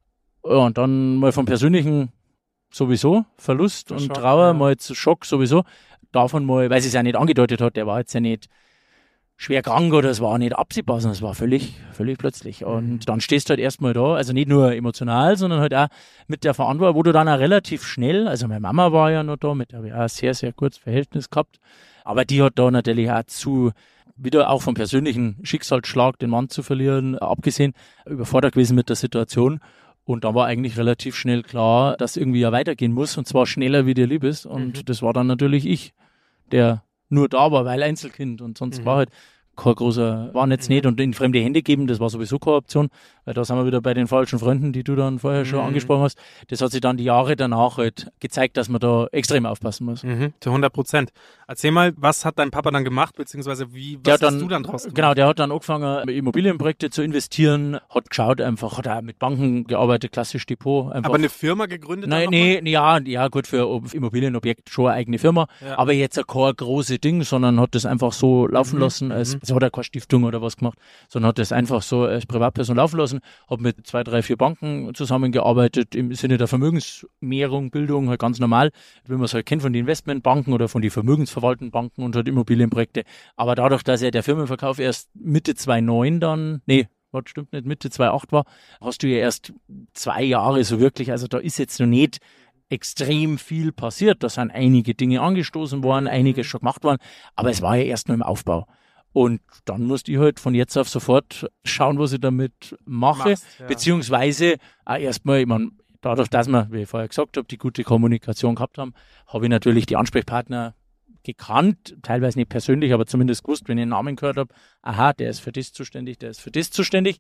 Speaker 7: Ja, und dann mal vom persönlichen sowieso, Verlust und
Speaker 6: Schock,
Speaker 7: Trauer,
Speaker 6: ja.
Speaker 7: mal zu Schock sowieso. Davon mal, weil sie es ja nicht angedeutet hat, der war jetzt ja nicht schwer krank oder es war nicht absehbar, sondern es war völlig, völlig plötzlich. Und dann stehst du halt erstmal da, also nicht nur emotional, sondern halt auch mit der Verantwortung, wo du dann auch relativ schnell, also meine Mama war ja noch da, mit der habe ich auch ein sehr, sehr kurzes Verhältnis gehabt, aber die hat da natürlich auch zu, wieder auch vom persönlichen Schicksalsschlag, den Mann zu verlieren, abgesehen, überfordert gewesen mit der Situation. Und da war eigentlich relativ schnell klar, dass irgendwie ja weitergehen muss, und zwar schneller, wie dir lieb ist. Und mhm. das war dann natürlich ich, der nur da war, weil Einzelkind, und sonst mhm. war halt kein großer, war jetzt nicht, und in fremde Hände geben, das war sowieso keine Option, weil da sind wir wieder bei den falschen Freunden, die du dann vorher schon mhm. angesprochen hast. Das hat sich dann die Jahre danach halt gezeigt, dass man da extrem aufpassen muss.
Speaker 6: Mhm, zu hundert Prozent. Erzähl mal, was hat dein Papa dann gemacht, beziehungsweise wie, was
Speaker 7: der
Speaker 6: hast
Speaker 7: dann,
Speaker 6: du dann draus gemacht?
Speaker 7: Genau, der hat dann angefangen, Immobilienprojekte zu investieren, hat geschaut einfach, hat auch mit Banken gearbeitet, klassisch Depot. Einfach.
Speaker 6: Aber eine Firma gegründet?
Speaker 7: Nein, nee, nee, ja, ja, gut, für Immobilienobjekt schon eine eigene Firma, ja. aber jetzt kein großes Ding, sondern hat das einfach so laufen mhm. lassen, als, mhm. also hat er keine Stiftung oder was gemacht, sondern hat das einfach so als Privatperson laufen lassen, hat mit zwei, drei, vier Banken zusammengearbeitet im Sinne der Vermögensmehrung, Bildung, halt ganz normal, wie man es halt kennt von den Investmentbanken oder von den vermögensverwaltenden Banken und halt Immobilienprojekte. Aber dadurch, dass ja der Firmenverkauf erst Mitte zweitausendneun dann, nee, was stimmt nicht, Mitte zweitausendacht war, hast du ja erst zwei Jahre so wirklich, also da ist jetzt noch nicht extrem viel passiert, da sind einige Dinge angestoßen worden, einiges schon gemacht worden, aber es war ja erst nur im Aufbau. Und dann musste ich halt von jetzt auf sofort schauen, was ich damit mache, Machst, ja. beziehungsweise auch erstmal, ich meine, dadurch, dass wir, wie ich vorher gesagt habe, die gute Kommunikation gehabt haben, habe ich natürlich die Ansprechpartner gekannt, teilweise nicht persönlich, aber zumindest gewusst, wenn ich einen Namen gehört habe, aha, der ist für das zuständig, der ist für das zuständig.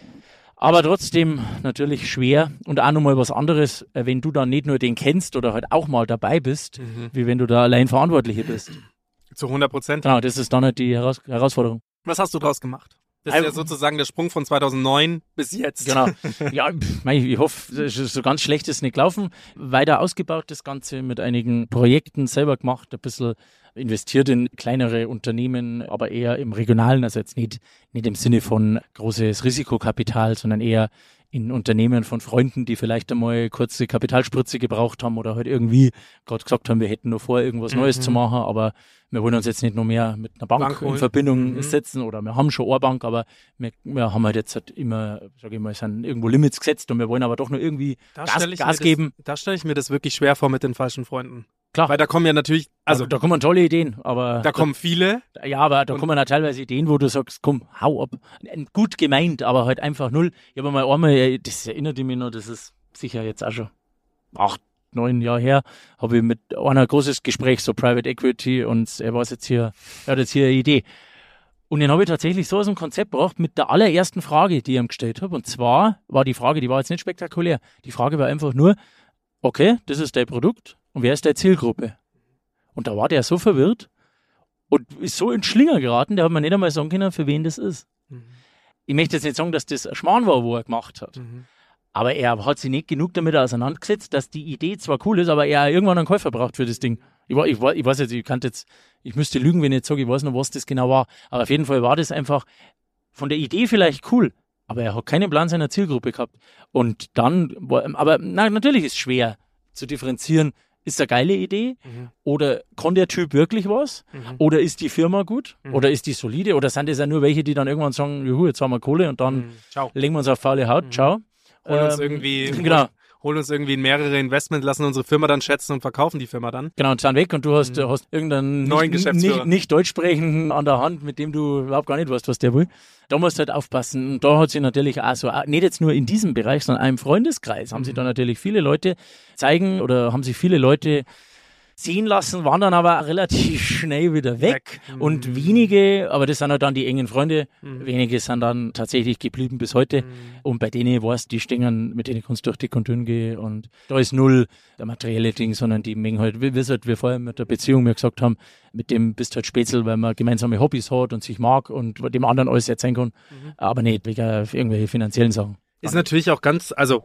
Speaker 7: Aber trotzdem natürlich schwer und auch nochmal was anderes, wenn du dann nicht nur den kennst oder halt auch mal dabei bist, mhm. wie wenn du da allein Verantwortliche bist.
Speaker 6: Zu hundert Prozent.
Speaker 7: Genau, das ist dann halt die Heraus- Herausforderung.
Speaker 6: Was hast du draus gemacht? Das ist ja sozusagen der Sprung von zweitausendneun bis jetzt.
Speaker 7: Genau. Ja, ich hoffe, so ganz schlecht ist nicht gelaufen. Weiter ausgebaut das Ganze mit einigen Projekten selber gemacht, ein bisschen investiert in kleinere Unternehmen, aber eher im Regionalen, also jetzt nicht, nicht im Sinne von großes Risikokapital, sondern eher in Unternehmen von Freunden, die vielleicht einmal kurze Kapitalspritze gebraucht haben oder halt irgendwie gerade gesagt haben, wir hätten nur vor, irgendwas Neues mhm. zu machen, aber wir wollen uns jetzt nicht noch mehr mit einer Bank, Bank in Verbindung mhm. setzen, oder wir haben schon eine Bank, aber wir, wir haben halt jetzt halt immer, sage ich mal, sind irgendwo Limits gesetzt und wir wollen aber doch nur irgendwie da Gas, Gas geben.
Speaker 6: Das, da stelle ich mir das wirklich schwer vor mit den falschen Freunden.
Speaker 7: Klar.
Speaker 6: Weil da kommen ja natürlich, also.
Speaker 7: Da, da kommen tolle Ideen, aber.
Speaker 6: Da kommen viele.
Speaker 7: Ja, aber da kommen ja teilweise Ideen, wo du sagst, komm, hau ab. Gut gemeint, aber halt einfach null. Ich habe mal einmal, das erinnert mich noch, das ist sicher jetzt auch schon acht, neun Jahre her, habe ich mit einer großes Gespräch, so Private Equity, und er war jetzt hier, er hat jetzt hier eine Idee. Und dann habe ich tatsächlich so ein Konzept gebracht mit der allerersten Frage, die ich ihm gestellt habe. Und zwar war die Frage, die war jetzt nicht spektakulär. Die Frage war einfach nur, okay, das ist dein Produkt. Und wer ist deine Zielgruppe? Und da war der so verwirrt und ist so in Schlinger geraten, der hat mir nicht einmal sagen können, für wen das ist. Mhm. Ich möchte jetzt nicht sagen, dass das ein Schmarrn war, wo er gemacht hat. Mhm. Aber er hat sich nicht genug damit auseinandergesetzt, dass die Idee zwar cool ist, aber er irgendwann einen Käufer braucht für das Ding. Ich, ich, ich weiß jetzt, ich kann jetzt, ich müsste lügen, wenn ich jetzt sage, ich weiß noch, was das genau war. Aber auf jeden Fall war das einfach von der Idee vielleicht cool, aber er hat keinen Plan seiner Zielgruppe gehabt. Und dann, aber na, natürlich ist es schwer zu differenzieren, ist eine geile Idee mhm. oder kann der Typ wirklich was mhm. oder ist die Firma gut mhm. oder ist die solide oder sind das ja nur welche, die dann irgendwann sagen, juhu, jetzt haben wir Kohle und dann mhm. legen wir uns auf faule Haut, mhm. ciao.
Speaker 6: Hol uns
Speaker 7: ähm,
Speaker 6: irgendwie,
Speaker 7: genau.
Speaker 6: hol uns irgendwie in mehrere Investment, lassen unsere Firma dann schätzen und verkaufen die Firma dann.
Speaker 7: Genau, und sind weg und du hast, mhm. hast irgendeinen
Speaker 6: neuen
Speaker 7: nicht,
Speaker 6: Geschäftsführer.
Speaker 7: Nicht, nicht Deutschsprechenden an der Hand, mit dem du überhaupt gar nicht weißt, was der will. Da musst du halt aufpassen. Und da hat sich natürlich auch so, nicht jetzt nur in diesem Bereich, sondern auch im Freundeskreis, haben sich da natürlich viele Leute zeigen oder haben sich viele Leute sehen lassen, waren dann aber relativ schnell wieder weg. weg. Und mhm. wenige, aber das sind halt dann die engen Freunde, mhm. wenige sind dann tatsächlich geblieben bis heute. Mhm. Und bei denen weißt du, die stehen, mit denen kannst du durch dick und dünn gehen. Und da ist null der materielle Ding, sondern die mengen halt, wie halt wir vorher mit der Beziehung mir gesagt haben, mit dem bist du halt Spätzl, weil man gemeinsame Hobbys hat und sich mag und dem anderen alles erzählen kann. Mhm. Aber nicht wegen irgendwelche finanziellen Sachen.
Speaker 6: Ist natürlich auch ganz, also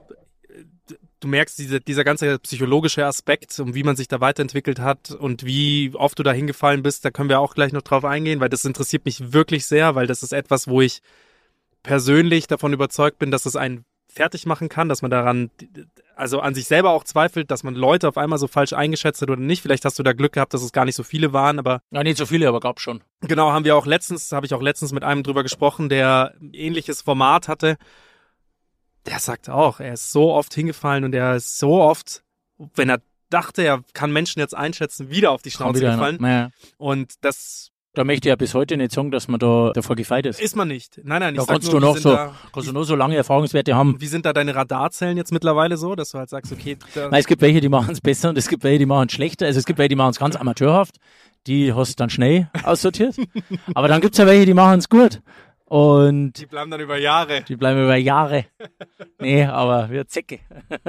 Speaker 6: du merkst, diese, dieser ganze psychologische Aspekt, um wie man sich da weiterentwickelt hat und wie oft du da hingefallen bist, da können wir auch gleich noch drauf eingehen, weil das interessiert mich wirklich sehr, weil das ist etwas, wo ich persönlich davon überzeugt bin, dass es ein fertig machen kann, dass man daran, also an sich selber auch zweifelt, dass man Leute auf einmal so falsch eingeschätzt hat oder nicht. Vielleicht hast du da Glück gehabt, dass es gar nicht so viele waren, aber...
Speaker 7: Ja, nicht so viele, aber gab schon.
Speaker 6: Genau, haben wir auch letztens, habe ich auch letztens mit einem drüber gesprochen, der ein ähnliches Format hatte. Der sagt auch, er ist so oft hingefallen und er ist so oft, wenn er dachte, er kann Menschen jetzt einschätzen, wieder auf die Schnauze gefallen.
Speaker 7: Ja.
Speaker 6: Und das...
Speaker 7: Da möchte ich ja bis heute nicht sagen, dass man da davor gefeit ist.
Speaker 6: Ist man nicht. Nein, nein, ich
Speaker 7: da
Speaker 6: sag
Speaker 7: kannst
Speaker 6: nur,
Speaker 7: du noch so,
Speaker 6: da,
Speaker 7: kannst du nur so lange Erfahrungswerte haben.
Speaker 6: Wie sind da deine Radarzellen jetzt mittlerweile so, dass du halt sagst, okay... Da
Speaker 7: Nein, es gibt welche, die machen es besser und es gibt welche, die machen es schlechter. Also es gibt welche, die machen es ganz amateurhaft. Die hast du dann schnell aussortiert. Aber dann gibt's ja welche, die machen es gut. Und
Speaker 6: die bleiben dann über Jahre.
Speaker 7: Die bleiben über Jahre. Nee, aber wir Zecke.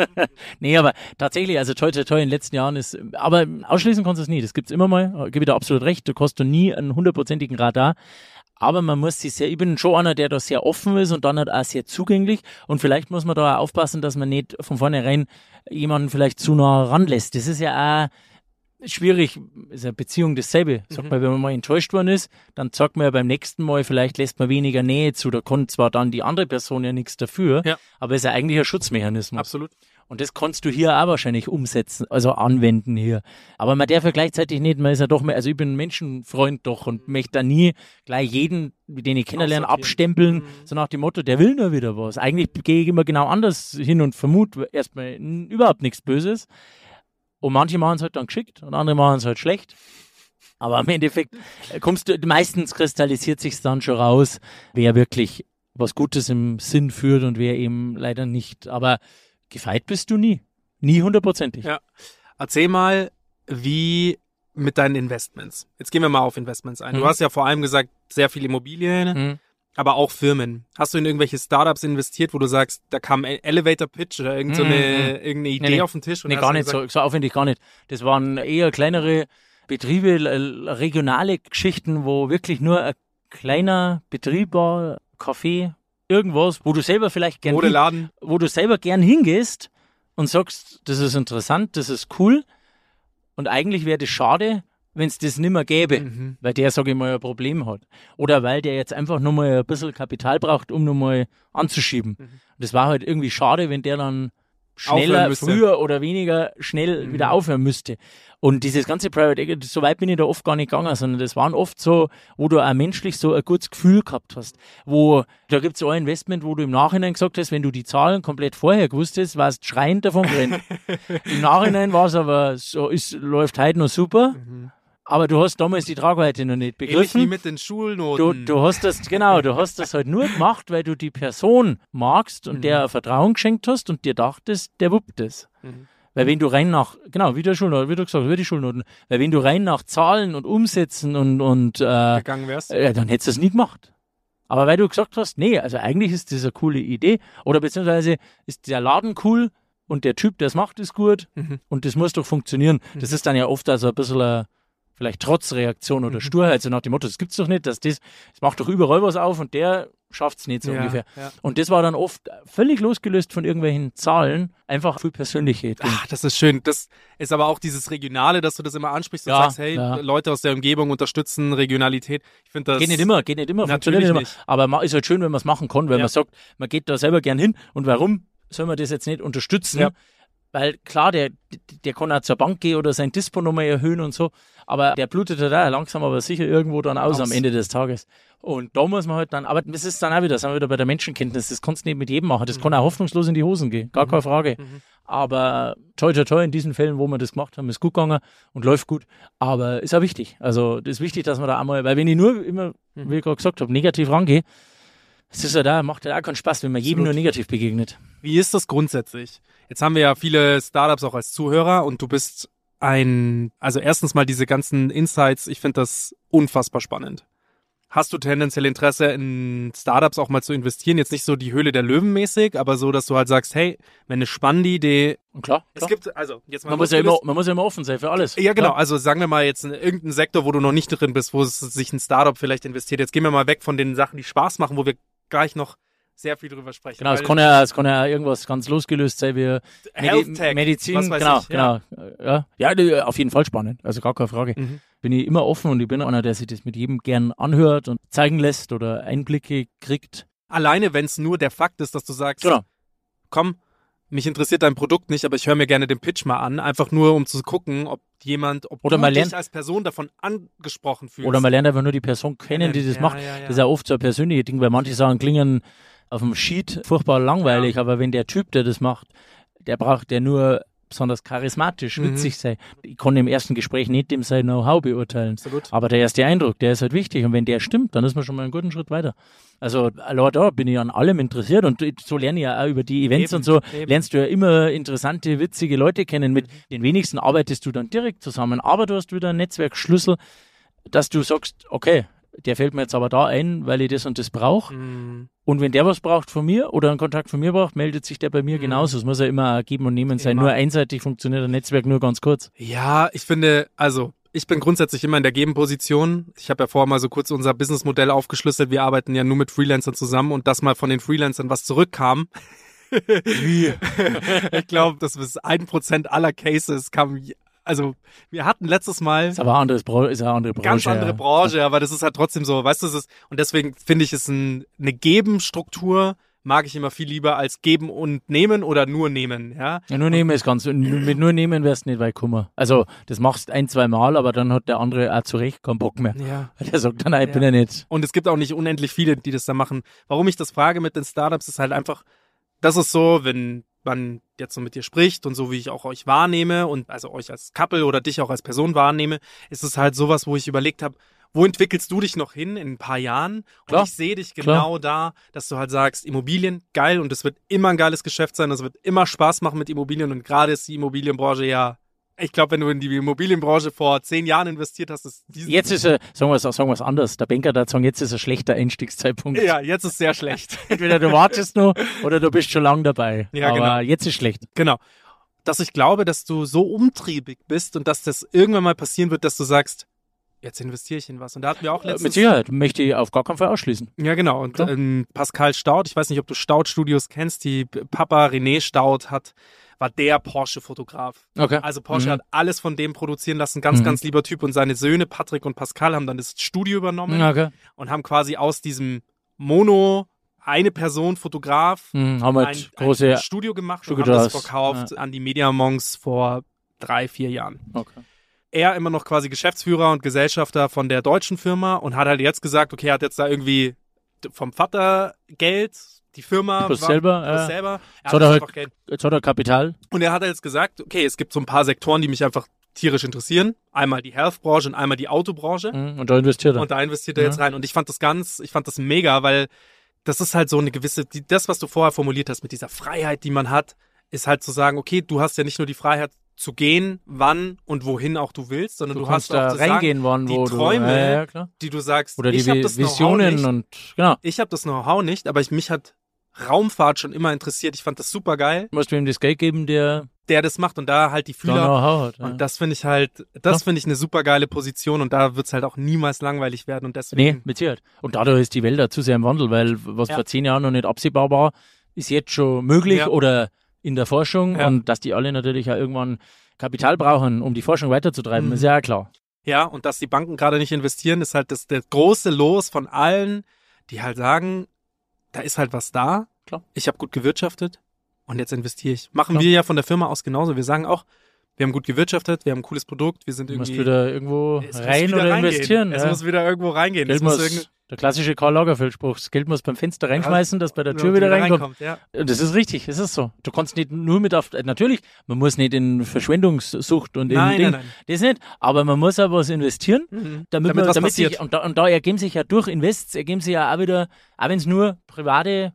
Speaker 7: Nee, aber tatsächlich, also toi, toi, toi, in den letzten Jahren ist, aber ausschließen kannst du es nie. Das gibt's immer mal. Ich gebe dir absolut recht. Du kannst du nie einen hundertprozentigen Radar. Aber man muss sich sehr, ich bin schon einer, der da sehr offen ist und dann halt auch sehr zugänglich. Und vielleicht muss man da auch aufpassen, dass man nicht von vornherein jemanden vielleicht zu nah ranlässt. Das ist ja auch schwierig, ist eine Beziehung dasselbe. Sagt mhm. man, wenn man mal enttäuscht worden ist, dann sagt man ja beim nächsten Mal, vielleicht lässt man weniger Nähe zu, da kann zwar dann die andere Person ja nichts dafür,
Speaker 6: ja.
Speaker 7: aber es ist ja eigentlich ein Schutzmechanismus.
Speaker 6: Absolut.
Speaker 7: Und das kannst du hier auch wahrscheinlich umsetzen, also anwenden hier. Aber man darf ja gleichzeitig nicht, man ist ja doch mehr, also ich bin ein Menschenfreund doch und möchte da nie gleich jeden, den ich kennenlerne, abstempeln, mhm. so nach dem Motto, der will nur wieder was. Eigentlich gehe ich immer genau anders hin und vermute erstmal n- überhaupt nichts Böses. Und manche machen es halt dann geschickt und andere machen es halt schlecht. Aber im Endeffekt kommst du, meistens kristallisiert sich dann schon raus, wer wirklich was Gutes im Sinn führt und wer eben leider nicht. Aber gefeit bist du nie. Nie hundertprozentig.
Speaker 6: Ja. Erzähl mal, wie mit deinen Investments. Jetzt gehen wir mal auf Investments ein.
Speaker 7: Mhm.
Speaker 6: Du hast ja vor allem gesagt, sehr viele Immobilien, mhm. aber auch Firmen. Hast du in irgendwelche Startups investiert, wo du sagst, da kam ein Elevator Pitch oder irgend so eine, mhm. irgendeine Idee
Speaker 7: nee, nee.
Speaker 6: auf den Tisch? Und
Speaker 7: nee, gar nicht gesagt, so, so aufwendig gar nicht. Das waren eher kleinere Betriebe, regionale Geschichten, wo wirklich nur ein kleiner Betrieb war, Café, irgendwas, wo du selber vielleicht gern,
Speaker 6: Modeladen.
Speaker 7: wo du selber gern hingehst und sagst, das ist interessant, das ist cool und eigentlich wäre das schade, wenn es das nimmer gäbe, mhm. weil der, sage ich mal, ein Problem hat. Oder weil der jetzt einfach nur mal ein bisschen Kapital braucht, um nochmal anzuschieben. Mhm. Und das war halt irgendwie schade, wenn der dann schneller, früher oder weniger schnell mhm. wieder aufhören müsste. Und dieses ganze Private Equity, so weit bin ich da oft gar nicht gegangen, sondern das waren oft so, wo du auch menschlich so ein gutes Gefühl gehabt hast. Wo, da gibt's so ein Investment, wo du im Nachhinein gesagt hast, wenn du die Zahlen komplett vorher gewusst hast, warst schreiend davon gerannt. Im Nachhinein war es aber so, ist, läuft heute noch super. Mhm. Aber du hast damals die Tragweite noch nicht begriffen.
Speaker 6: Ähnlich wie mit den Schulnoten.
Speaker 7: Du, du hast das, genau, du hast das halt nur gemacht, weil du die Person magst und mhm. der Vertrauen geschenkt hast und dir dachtest, der wuppt es. Mhm. Weil wenn du rein nach, genau, wie der Schulnoten, wie du gesagt hast, wie die Schulnoten, weil wenn du rein nach Zahlen und Umsätzen und, und, äh,
Speaker 6: gegangen wärst,
Speaker 7: äh, dann hättest du es nie gemacht. Aber weil du gesagt hast, nee, also eigentlich ist das eine coole Idee oder beziehungsweise ist der Laden cool und der Typ, der es macht, ist gut mhm. und das muss doch funktionieren. Mhm. Das ist dann ja oft also ein bisschen ein vielleicht Trotzreaktion oder Sturheit, so nach dem Motto, das gibt's doch nicht, dass das, das macht doch überall was auf und der schafft's nicht so
Speaker 6: ja,
Speaker 7: ungefähr.
Speaker 6: Ja.
Speaker 7: Und das war dann oft völlig losgelöst von irgendwelchen Zahlen, einfach viel Persönlichkeit.
Speaker 6: Ach, das ist schön. Das ist aber auch dieses Regionale, dass du das immer ansprichst und
Speaker 7: ja,
Speaker 6: sagst, hey,
Speaker 7: ja.
Speaker 6: Leute aus der Umgebung unterstützen Regionalität. Ich finde das...
Speaker 7: Geht nicht immer, geht nicht immer,
Speaker 6: natürlich
Speaker 7: nicht immer.
Speaker 6: Nicht.
Speaker 7: Aber ist halt schön, wenn man es machen kann, weil
Speaker 6: ja.
Speaker 7: man sagt, man geht da selber gern hin und warum soll man das jetzt nicht unterstützen?
Speaker 6: Ja.
Speaker 7: Weil klar, der, der kann auch zur Bank gehen oder sein Dispo nochmal erhöhen und so, aber der blutet halt auch langsam, aber sicher irgendwo dann aus, aus am Ende des Tages. Und da muss man halt dann, aber das ist dann auch wieder, sind wir wieder bei der Menschenkenntnis, das kannst du nicht mit jedem machen, das mhm. kann auch hoffnungslos in die Hosen gehen, gar mhm. keine Frage. Mhm. Aber toi, toi, toi, in diesen Fällen, wo wir das gemacht haben, ist gut gegangen und läuft gut, aber ist auch wichtig. Also das ist wichtig, dass man da einmal, weil wenn ich nur immer, mhm. wie ich gerade gesagt habe, negativ rangehe, das ist ja da, macht ja auch keinen Spaß, wenn man jedem nur negativ begegnet.
Speaker 6: Wie ist das grundsätzlich? Jetzt haben wir ja viele Startups auch als Zuhörer und du bist ein, also erstens mal diese ganzen Insights, ich finde das unfassbar spannend. Hast du tendenziell Interesse in Startups auch mal zu investieren? Jetzt nicht so die Höhle der Löwen mäßig, aber so, dass du halt sagst, hey, wenn eine spannende Idee...
Speaker 7: Und klar,
Speaker 6: es
Speaker 7: klar.
Speaker 6: gibt, also jetzt mal...
Speaker 7: Man muss, ja immer, man muss ja immer offen sein für alles.
Speaker 6: Ja, genau.
Speaker 7: Klar.
Speaker 6: Also sagen wir mal jetzt in irgendeinen Sektor, wo du noch nicht drin bist, wo es sich ein Startup vielleicht investiert. Jetzt gehen wir mal weg von den Sachen, die Spaß machen, wo wir gleich noch sehr viel drüber sprechen.
Speaker 7: Genau, es kann ja, es kann ja irgendwas ganz losgelöst sein wie
Speaker 6: Health Tech,
Speaker 7: Medizin,
Speaker 6: was weiß
Speaker 7: genau,
Speaker 6: ich, ja.
Speaker 7: genau. Ja. ja, auf jeden Fall spannend, also gar keine Frage.
Speaker 6: Mhm.
Speaker 7: Bin ich immer offen und ich bin einer, der sich das mit jedem gern anhört und zeigen lässt oder Einblicke kriegt.
Speaker 6: Alleine, wenn es nur der Fakt ist, dass du sagst,
Speaker 7: genau.
Speaker 6: komm, mich interessiert dein Produkt nicht, aber ich höre mir gerne den Pitch mal an, einfach nur, um zu gucken, ob jemand, ob
Speaker 7: Oder
Speaker 6: du
Speaker 7: man
Speaker 6: dich
Speaker 7: lernt,
Speaker 6: als Person davon angesprochen fühlst.
Speaker 7: Oder man lernt einfach nur die Person kennen, die das
Speaker 6: ja,
Speaker 7: macht.
Speaker 6: Ja, ja.
Speaker 7: Das ist ja oft so ein persönliches Ding, weil manche Sachen klingen auf dem Sheet furchtbar langweilig, ja. aber wenn der Typ, der das macht, der braucht der nur besonders charismatisch,
Speaker 6: Mhm.
Speaker 7: witzig sein. Ich kann im ersten Gespräch nicht dem sein Know-how beurteilen.
Speaker 6: Absolut.
Speaker 7: Aber der erste Eindruck, der ist halt wichtig. Und wenn der stimmt, dann ist man schon mal einen guten Schritt weiter. Also, allein da bin ich an allem interessiert und so lerne ich ja auch über die Events
Speaker 6: Eben,
Speaker 7: und so,
Speaker 6: eben.
Speaker 7: lernst du ja immer interessante, witzige Leute kennen. Mit den wenigsten arbeitest du dann direkt zusammen, aber du hast wieder einen Netzwerkschlüssel, dass du sagst, okay, der fällt mir jetzt aber da ein, weil ich das und das brauche.
Speaker 6: Mhm.
Speaker 7: Und wenn der was braucht von mir oder einen Kontakt von mir braucht, meldet sich der bei mir
Speaker 6: Mhm.
Speaker 7: genauso. Es muss ja immer geben und nehmen sein.
Speaker 6: Immer.
Speaker 7: Nur einseitig funktioniert ein Netzwerk nur ganz kurz.
Speaker 6: Ja, ich finde, also ich bin grundsätzlich immer in der Gegenposition. Ich habe ja vorher mal so kurz unser Businessmodell aufgeschlüsselt. Wir arbeiten ja nur mit Freelancern zusammen und dass mal von den Freelancern was zurückkam. Wie? Ich glaube, das ist ein Prozent aller Cases kam. Also wir hatten letztes Mal
Speaker 7: Ist aber ein anderes Bra- ist eine andere Branche.
Speaker 6: ganz andere
Speaker 7: ja.
Speaker 6: Branche, aber das ist halt trotzdem so, weißt du, es ist, und deswegen finde ich es ein, eine Gebenstruktur mag ich immer viel lieber als geben und nehmen oder nur nehmen, ja.
Speaker 7: Ja, nur nehmen ist ganz, mit nur nehmen wärst du nicht weit gekommen. Also, das machst ein, zwei Mal, aber dann hat der andere auch zu Recht keinen Bock mehr.
Speaker 6: Ja.
Speaker 7: Der sagt dann, nein, ich bin ja nicht.
Speaker 6: Und es gibt auch nicht unendlich viele, die das da machen. Warum ich das frage mit den Startups, ist halt einfach, das ist so, wenn man jetzt so mit dir spricht und so wie ich auch euch wahrnehme und also euch als Couple oder dich auch als Person wahrnehme, ist es halt sowas, wo ich überlegt habe, wo entwickelst du dich noch hin in ein paar Jahren? Und
Speaker 7: Klar,
Speaker 6: ich sehe dich genau da, dass du halt sagst, Immobilien, geil, und es wird immer ein geiles Geschäft sein, es wird immer Spaß machen mit Immobilien und gerade ist die Immobilienbranche ja, ich glaube, wenn du in die Immobilienbranche vor zehn Jahren investiert hast, ist diese...
Speaker 7: Jetzt ist er, sagen wir es sagen wir es anders, der Banker da sagen, jetzt ist ein schlechter Einstiegszeitpunkt.
Speaker 6: Ja, jetzt ist sehr schlecht.
Speaker 7: Entweder du wartest noch oder du bist schon lang dabei.
Speaker 6: Ja,
Speaker 7: aber
Speaker 6: genau.
Speaker 7: jetzt ist schlecht.
Speaker 6: Genau. Dass ich glaube, dass du so umtriebig bist und dass das irgendwann mal passieren wird, dass du sagst, jetzt investiere ich in was. Und da hatten wir auch
Speaker 7: Äh,
Speaker 6: letztens...
Speaker 7: Mit Sicherheit, möchte ich auf gar keinen Fall ausschließen.
Speaker 6: Ja, genau. Und
Speaker 7: Klar.
Speaker 6: ähm, Pascal Staud, ich weiß nicht, ob du Staud Studios kennst, die Papa René Staud hat, war der Porsche-Fotograf.
Speaker 7: Okay.
Speaker 6: Also Porsche
Speaker 7: Mhm.
Speaker 6: hat alles von dem produzieren lassen, ganz,
Speaker 7: Mhm.
Speaker 6: ganz lieber Typ. Und seine Söhne, Patrick und Pascal, haben dann das Studio übernommen
Speaker 7: Okay.
Speaker 6: und haben quasi aus diesem Mono eine Person Fotograf
Speaker 7: Mhm, haben wir
Speaker 6: ein,
Speaker 7: jetzt große.
Speaker 6: ein Studio gemacht
Speaker 7: Studio
Speaker 6: und haben das
Speaker 7: draus.
Speaker 6: verkauft an die Mediamonks vor drei, vier Jahren.
Speaker 7: Okay.
Speaker 6: Er immer noch quasi Geschäftsführer und Gesellschafter von der deutschen Firma und hat halt jetzt gesagt, okay, er hat jetzt da irgendwie vom Vater Geld, die Firma
Speaker 7: Plus
Speaker 6: war-
Speaker 7: selber,
Speaker 6: plus
Speaker 7: ja.
Speaker 6: selber. Er
Speaker 7: Jetzt
Speaker 6: hat
Speaker 7: hat er
Speaker 6: einfach
Speaker 7: halt-
Speaker 6: Geld.
Speaker 7: Jetzt hat er Kapital.
Speaker 6: Und er hat jetzt gesagt, okay, es gibt so ein paar Sektoren, die mich einfach tierisch interessieren. Einmal die Health-Branche und einmal die Autobranche.
Speaker 7: Mhm, Und da investiert er.
Speaker 6: Und da investiert er
Speaker 7: Ja.
Speaker 6: jetzt rein. Und ich fand das ganz, ich fand das mega, weil das ist halt so eine gewisse, die, das, was du vorher formuliert hast, mit dieser Freiheit, die man hat, ist halt zu sagen, okay, du hast ja nicht nur die Freiheit zu gehen, wann und wohin auch du willst, sondern
Speaker 7: Du,
Speaker 6: du,
Speaker 7: kannst
Speaker 6: hast auch
Speaker 7: da
Speaker 6: zu sagen,
Speaker 7: reingehen, wann,
Speaker 6: die
Speaker 7: wo
Speaker 6: Träume,
Speaker 7: du. Ja, ja, klar.
Speaker 6: die du sagst,
Speaker 7: Oder die
Speaker 6: ich habe
Speaker 7: Vi-
Speaker 6: das Know-how
Speaker 7: Visionen
Speaker 6: nicht,
Speaker 7: und. Genau.
Speaker 6: ich habe das Know-how nicht, aber ich, mich hat Raumfahrt schon immer interessiert. Ich fand das super geil,
Speaker 7: Du musst ihm das Geld geben, der
Speaker 6: der das macht und da halt die
Speaker 7: da
Speaker 6: Fühler.
Speaker 7: Know-how hat. Ja.
Speaker 6: Und das finde ich halt, das
Speaker 7: Ja.
Speaker 6: finde ich eine super geile Position und da wird's halt auch niemals langweilig werden und
Speaker 7: Nee,
Speaker 6: deswegen.
Speaker 7: mit Sicherheit. Und dadurch ist die Welt da zu sehr im Wandel, weil was
Speaker 6: Ja.
Speaker 7: vor zehn Jahren noch nicht absehbar war, ist jetzt schon möglich
Speaker 6: Ja.
Speaker 7: oder in der Forschung.
Speaker 6: Ja.
Speaker 7: Und dass die alle natürlich auch irgendwann Kapital brauchen, um die Forschung weiterzutreiben,
Speaker 6: Mhm.
Speaker 7: ist ja auch klar.
Speaker 6: Ja, und dass die Banken gerade nicht investieren, ist halt das, der große Los von allen, die halt sagen, da ist halt was da.
Speaker 7: Klar.
Speaker 6: Ich habe gut gewirtschaftet und jetzt investiere ich. Machen
Speaker 7: Klar.
Speaker 6: wir ja von der Firma aus genauso. Wir sagen auch, wir haben gut gewirtschaftet, wir haben ein cooles Produkt, wir sind
Speaker 7: Du musst
Speaker 6: irgendwie...
Speaker 7: wieder irgendwo
Speaker 6: es muss
Speaker 7: rein
Speaker 6: wieder
Speaker 7: oder
Speaker 6: reingehen.
Speaker 7: investieren.
Speaker 6: Es
Speaker 7: ja.
Speaker 6: muss wieder irgendwo reingehen.
Speaker 7: Geld
Speaker 6: Es muss
Speaker 7: muss,
Speaker 6: irgend-
Speaker 7: der klassische Karl Lagerfeld-Spruch, das Geld muss beim Fenster reinschmeißen, dass bei der Tür wieder reinkommt.
Speaker 6: Ja.
Speaker 7: Und das ist richtig, es ist so. Du kannst nicht nur mit auf, natürlich, man muss nicht in Verschwendungssucht und in
Speaker 6: Nein,
Speaker 7: Ding,
Speaker 6: nein, nein.
Speaker 7: das nicht, aber man muss auch was investieren,
Speaker 6: Mhm.
Speaker 7: damit,
Speaker 6: Damit
Speaker 7: man,
Speaker 6: was
Speaker 7: damit
Speaker 6: passiert.
Speaker 7: sich, und da, und da ergeben sich ja durch Invests, ergeben sich ja auch wieder, auch wenn es nur private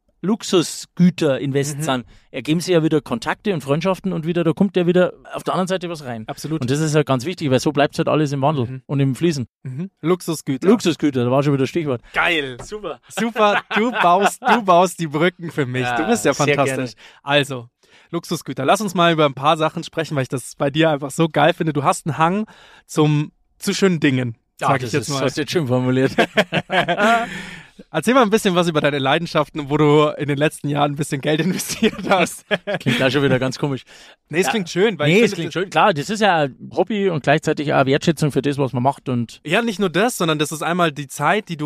Speaker 7: Luxusgüter-Invests
Speaker 6: Mhm.
Speaker 7: sind, ergeben sich ja wieder Kontakte und Freundschaften und wieder, da kommt ja wieder auf der anderen Seite was rein.
Speaker 6: Absolut.
Speaker 7: Und das ist halt ganz wichtig, weil so bleibt halt alles im Wandel
Speaker 6: Mhm.
Speaker 7: und im Fließen.
Speaker 6: Mhm. Luxusgüter.
Speaker 7: Luxusgüter, da war schon wieder das Stichwort.
Speaker 6: Geil. Super. Super. Du baust, du baust die Brücken für mich.
Speaker 7: Ja,
Speaker 6: du bist ja
Speaker 7: sehr
Speaker 6: fantastisch. Also, Luxusgüter. Lass uns mal über ein paar Sachen sprechen, weil ich das bei dir einfach so geil finde. Du hast einen Hang zum, zu schönen Dingen.
Speaker 7: Ja,
Speaker 6: Sag
Speaker 7: das
Speaker 6: ich jetzt
Speaker 7: ist,
Speaker 6: mal.
Speaker 7: hast du jetzt schön formuliert.
Speaker 6: Erzähl mal ein bisschen was über deine Leidenschaften, wo du in den letzten Jahren ein bisschen Geld investiert hast.
Speaker 7: Klingt auch schon wieder ganz komisch.
Speaker 6: Nee, es
Speaker 7: Ja.
Speaker 6: klingt schön, weil
Speaker 7: Nee,
Speaker 6: ich
Speaker 7: es
Speaker 6: finde,
Speaker 7: klingt schön. Klar, das ist ja ein Hobby und gleichzeitig auch Wertschätzung für das, was man macht. Und
Speaker 6: ja, nicht nur das, sondern das ist einmal die Zeit, die du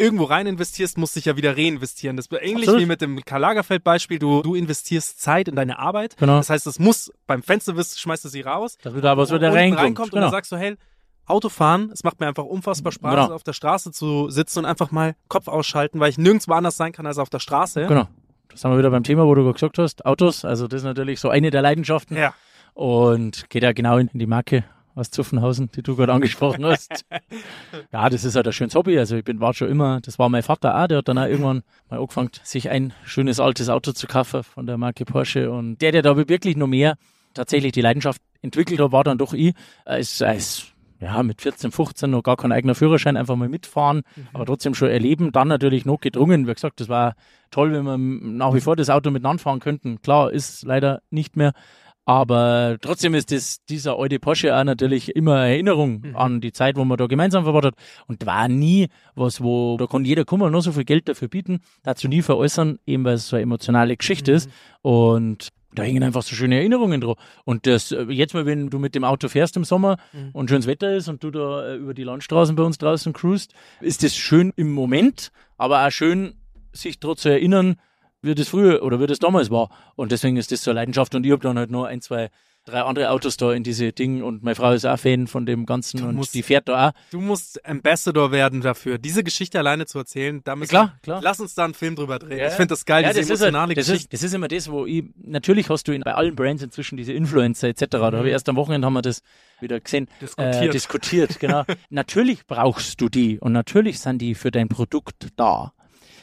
Speaker 6: irgendwo rein investierst, musst du dich ja wieder reinvestieren. Das ist ähnlich
Speaker 7: Absolut.
Speaker 6: wie mit dem Karl Lagerfeld-Beispiel. Du, du investierst Zeit in deine Arbeit.
Speaker 7: Genau.
Speaker 6: Das heißt, es muss beim Fensterwisch, schmeißt du sie raus.
Speaker 7: Damit da was wieder
Speaker 6: unten
Speaker 7: reinkommt.
Speaker 6: reinkommt
Speaker 7: Genau.
Speaker 6: Und dann sagst du, hey, Autofahren, es macht mir einfach unfassbar Spaß,
Speaker 7: Genau.
Speaker 6: auf der Straße zu sitzen und einfach mal Kopf ausschalten, weil ich nirgendwo anders sein kann als auf der Straße.
Speaker 7: Genau. Das sind wir wieder beim Thema, wo du gesagt hast, Autos. Also das ist natürlich so eine der Leidenschaften.
Speaker 6: Ja.
Speaker 7: Und geht ja genau in die Marke aus Zuffenhausen, die du gerade angesprochen hast. Ja, das ist halt ein schönes Hobby. Also ich bin, war schon immer, das war mein Vater auch, der hat dann auch irgendwann mal angefangen, sich ein schönes altes Auto zu kaufen von der Marke Porsche. Und der, der da wirklich noch mehr tatsächlich die Leidenschaft entwickelt hat, war dann doch ich. Er ist, er ist ja, mit vierzehn, fünfzehn noch gar kein eigener Führerschein, einfach mal mitfahren, mhm. aber trotzdem schon erleben. Dann natürlich noch gedrungen. Wie gesagt, das war toll, wenn wir nach wie vor das Auto miteinander fahren könnten. Klar, ist leider nicht mehr. Aber trotzdem ist das, dieser alte Porsche auch natürlich immer Erinnerung mhm. an die Zeit, wo man da gemeinsam verbracht hat. Und war nie was, wo, da kann jeder kommen und noch so viel Geld dafür bieten, dazu nie veräußern, eben weil es so eine emotionale Geschichte mhm. ist. Und da hängen einfach so schöne Erinnerungen drauf. Und das, jetzt mal, wenn du mit dem Auto fährst im Sommer mhm. und schönes Wetter ist und du da über die Landstraßen bei uns draußen cruist, ist das schön im Moment, aber auch schön, sich daran zu erinnern, wie das früher oder wie das damals war. Und deswegen ist das so eine Leidenschaft. Und ich habe dann halt noch ein, zwei, drei andere Autos da in diese Dinge. Und meine Frau ist auch Fan von dem Ganzen
Speaker 6: Du
Speaker 7: und
Speaker 6: musst-
Speaker 7: die fährt da auch.
Speaker 6: Du musst Ambassador werden dafür, diese Geschichte alleine zu erzählen. Da müssen
Speaker 7: Klar,
Speaker 6: wir,
Speaker 7: klar.
Speaker 6: Lass uns da einen Film drüber drehen.
Speaker 7: Ja,
Speaker 6: ich finde das geil,
Speaker 7: ja,
Speaker 6: diese
Speaker 7: das ist
Speaker 6: emotionale
Speaker 7: halt, das
Speaker 6: Geschichte.
Speaker 7: ist, das ist immer das, wo ich, natürlich hast du in, bei allen Brands inzwischen diese Influencer et cetera. Da habe ich erst am Wochenende haben wir das wieder gesehen.
Speaker 6: Diskutiert.
Speaker 7: Äh, diskutiert, genau. Natürlich brauchst du die und natürlich sind die für dein Produkt da.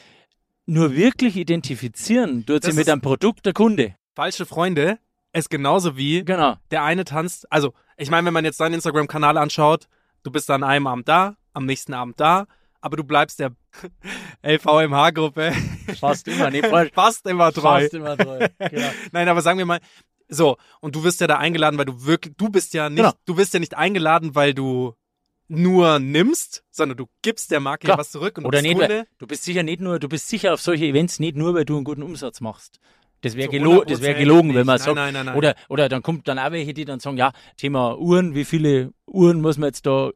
Speaker 7: Nur wirklich identifizieren tut sie
Speaker 6: Das
Speaker 7: mit
Speaker 6: ist-
Speaker 7: einem Produkt der Kunde.
Speaker 6: Falsche Freunde ist genauso wie
Speaker 7: Genau.
Speaker 6: der eine tanzt. Also, ich meine, wenn man jetzt deinen Instagram-Kanal anschaut, du bist an einem Abend da, am nächsten Abend da, aber du bleibst der L V M H-Gruppe
Speaker 7: Fast immer, nee, voll,
Speaker 6: fast immer treu.
Speaker 7: fast immer treu. Genau.
Speaker 6: Nein, aber sagen wir mal, so, und du wirst ja da eingeladen, weil du wirklich, du bist ja nicht,
Speaker 7: Genau.
Speaker 6: du wirst ja nicht eingeladen, weil du nur nimmst, sondern du gibst der Marke
Speaker 7: Klar.
Speaker 6: was zurück und
Speaker 7: Oder
Speaker 6: du bist
Speaker 7: nicht,
Speaker 6: Kunde.
Speaker 7: weil, du bist sicher nicht nur, du bist sicher auf solche Events nicht nur, weil du einen guten Umsatz machst. Das wäre
Speaker 6: Zu
Speaker 7: gelo das wär
Speaker 6: hundert Prozent
Speaker 7: gelogen, wenn man
Speaker 6: nicht.
Speaker 7: sagt,
Speaker 6: Nein, nein, nein, nein.
Speaker 7: Oder, oder dann kommt dann auch welche, die dann sagen, ja, Thema Uhren, wie viele Uhren muss man jetzt da,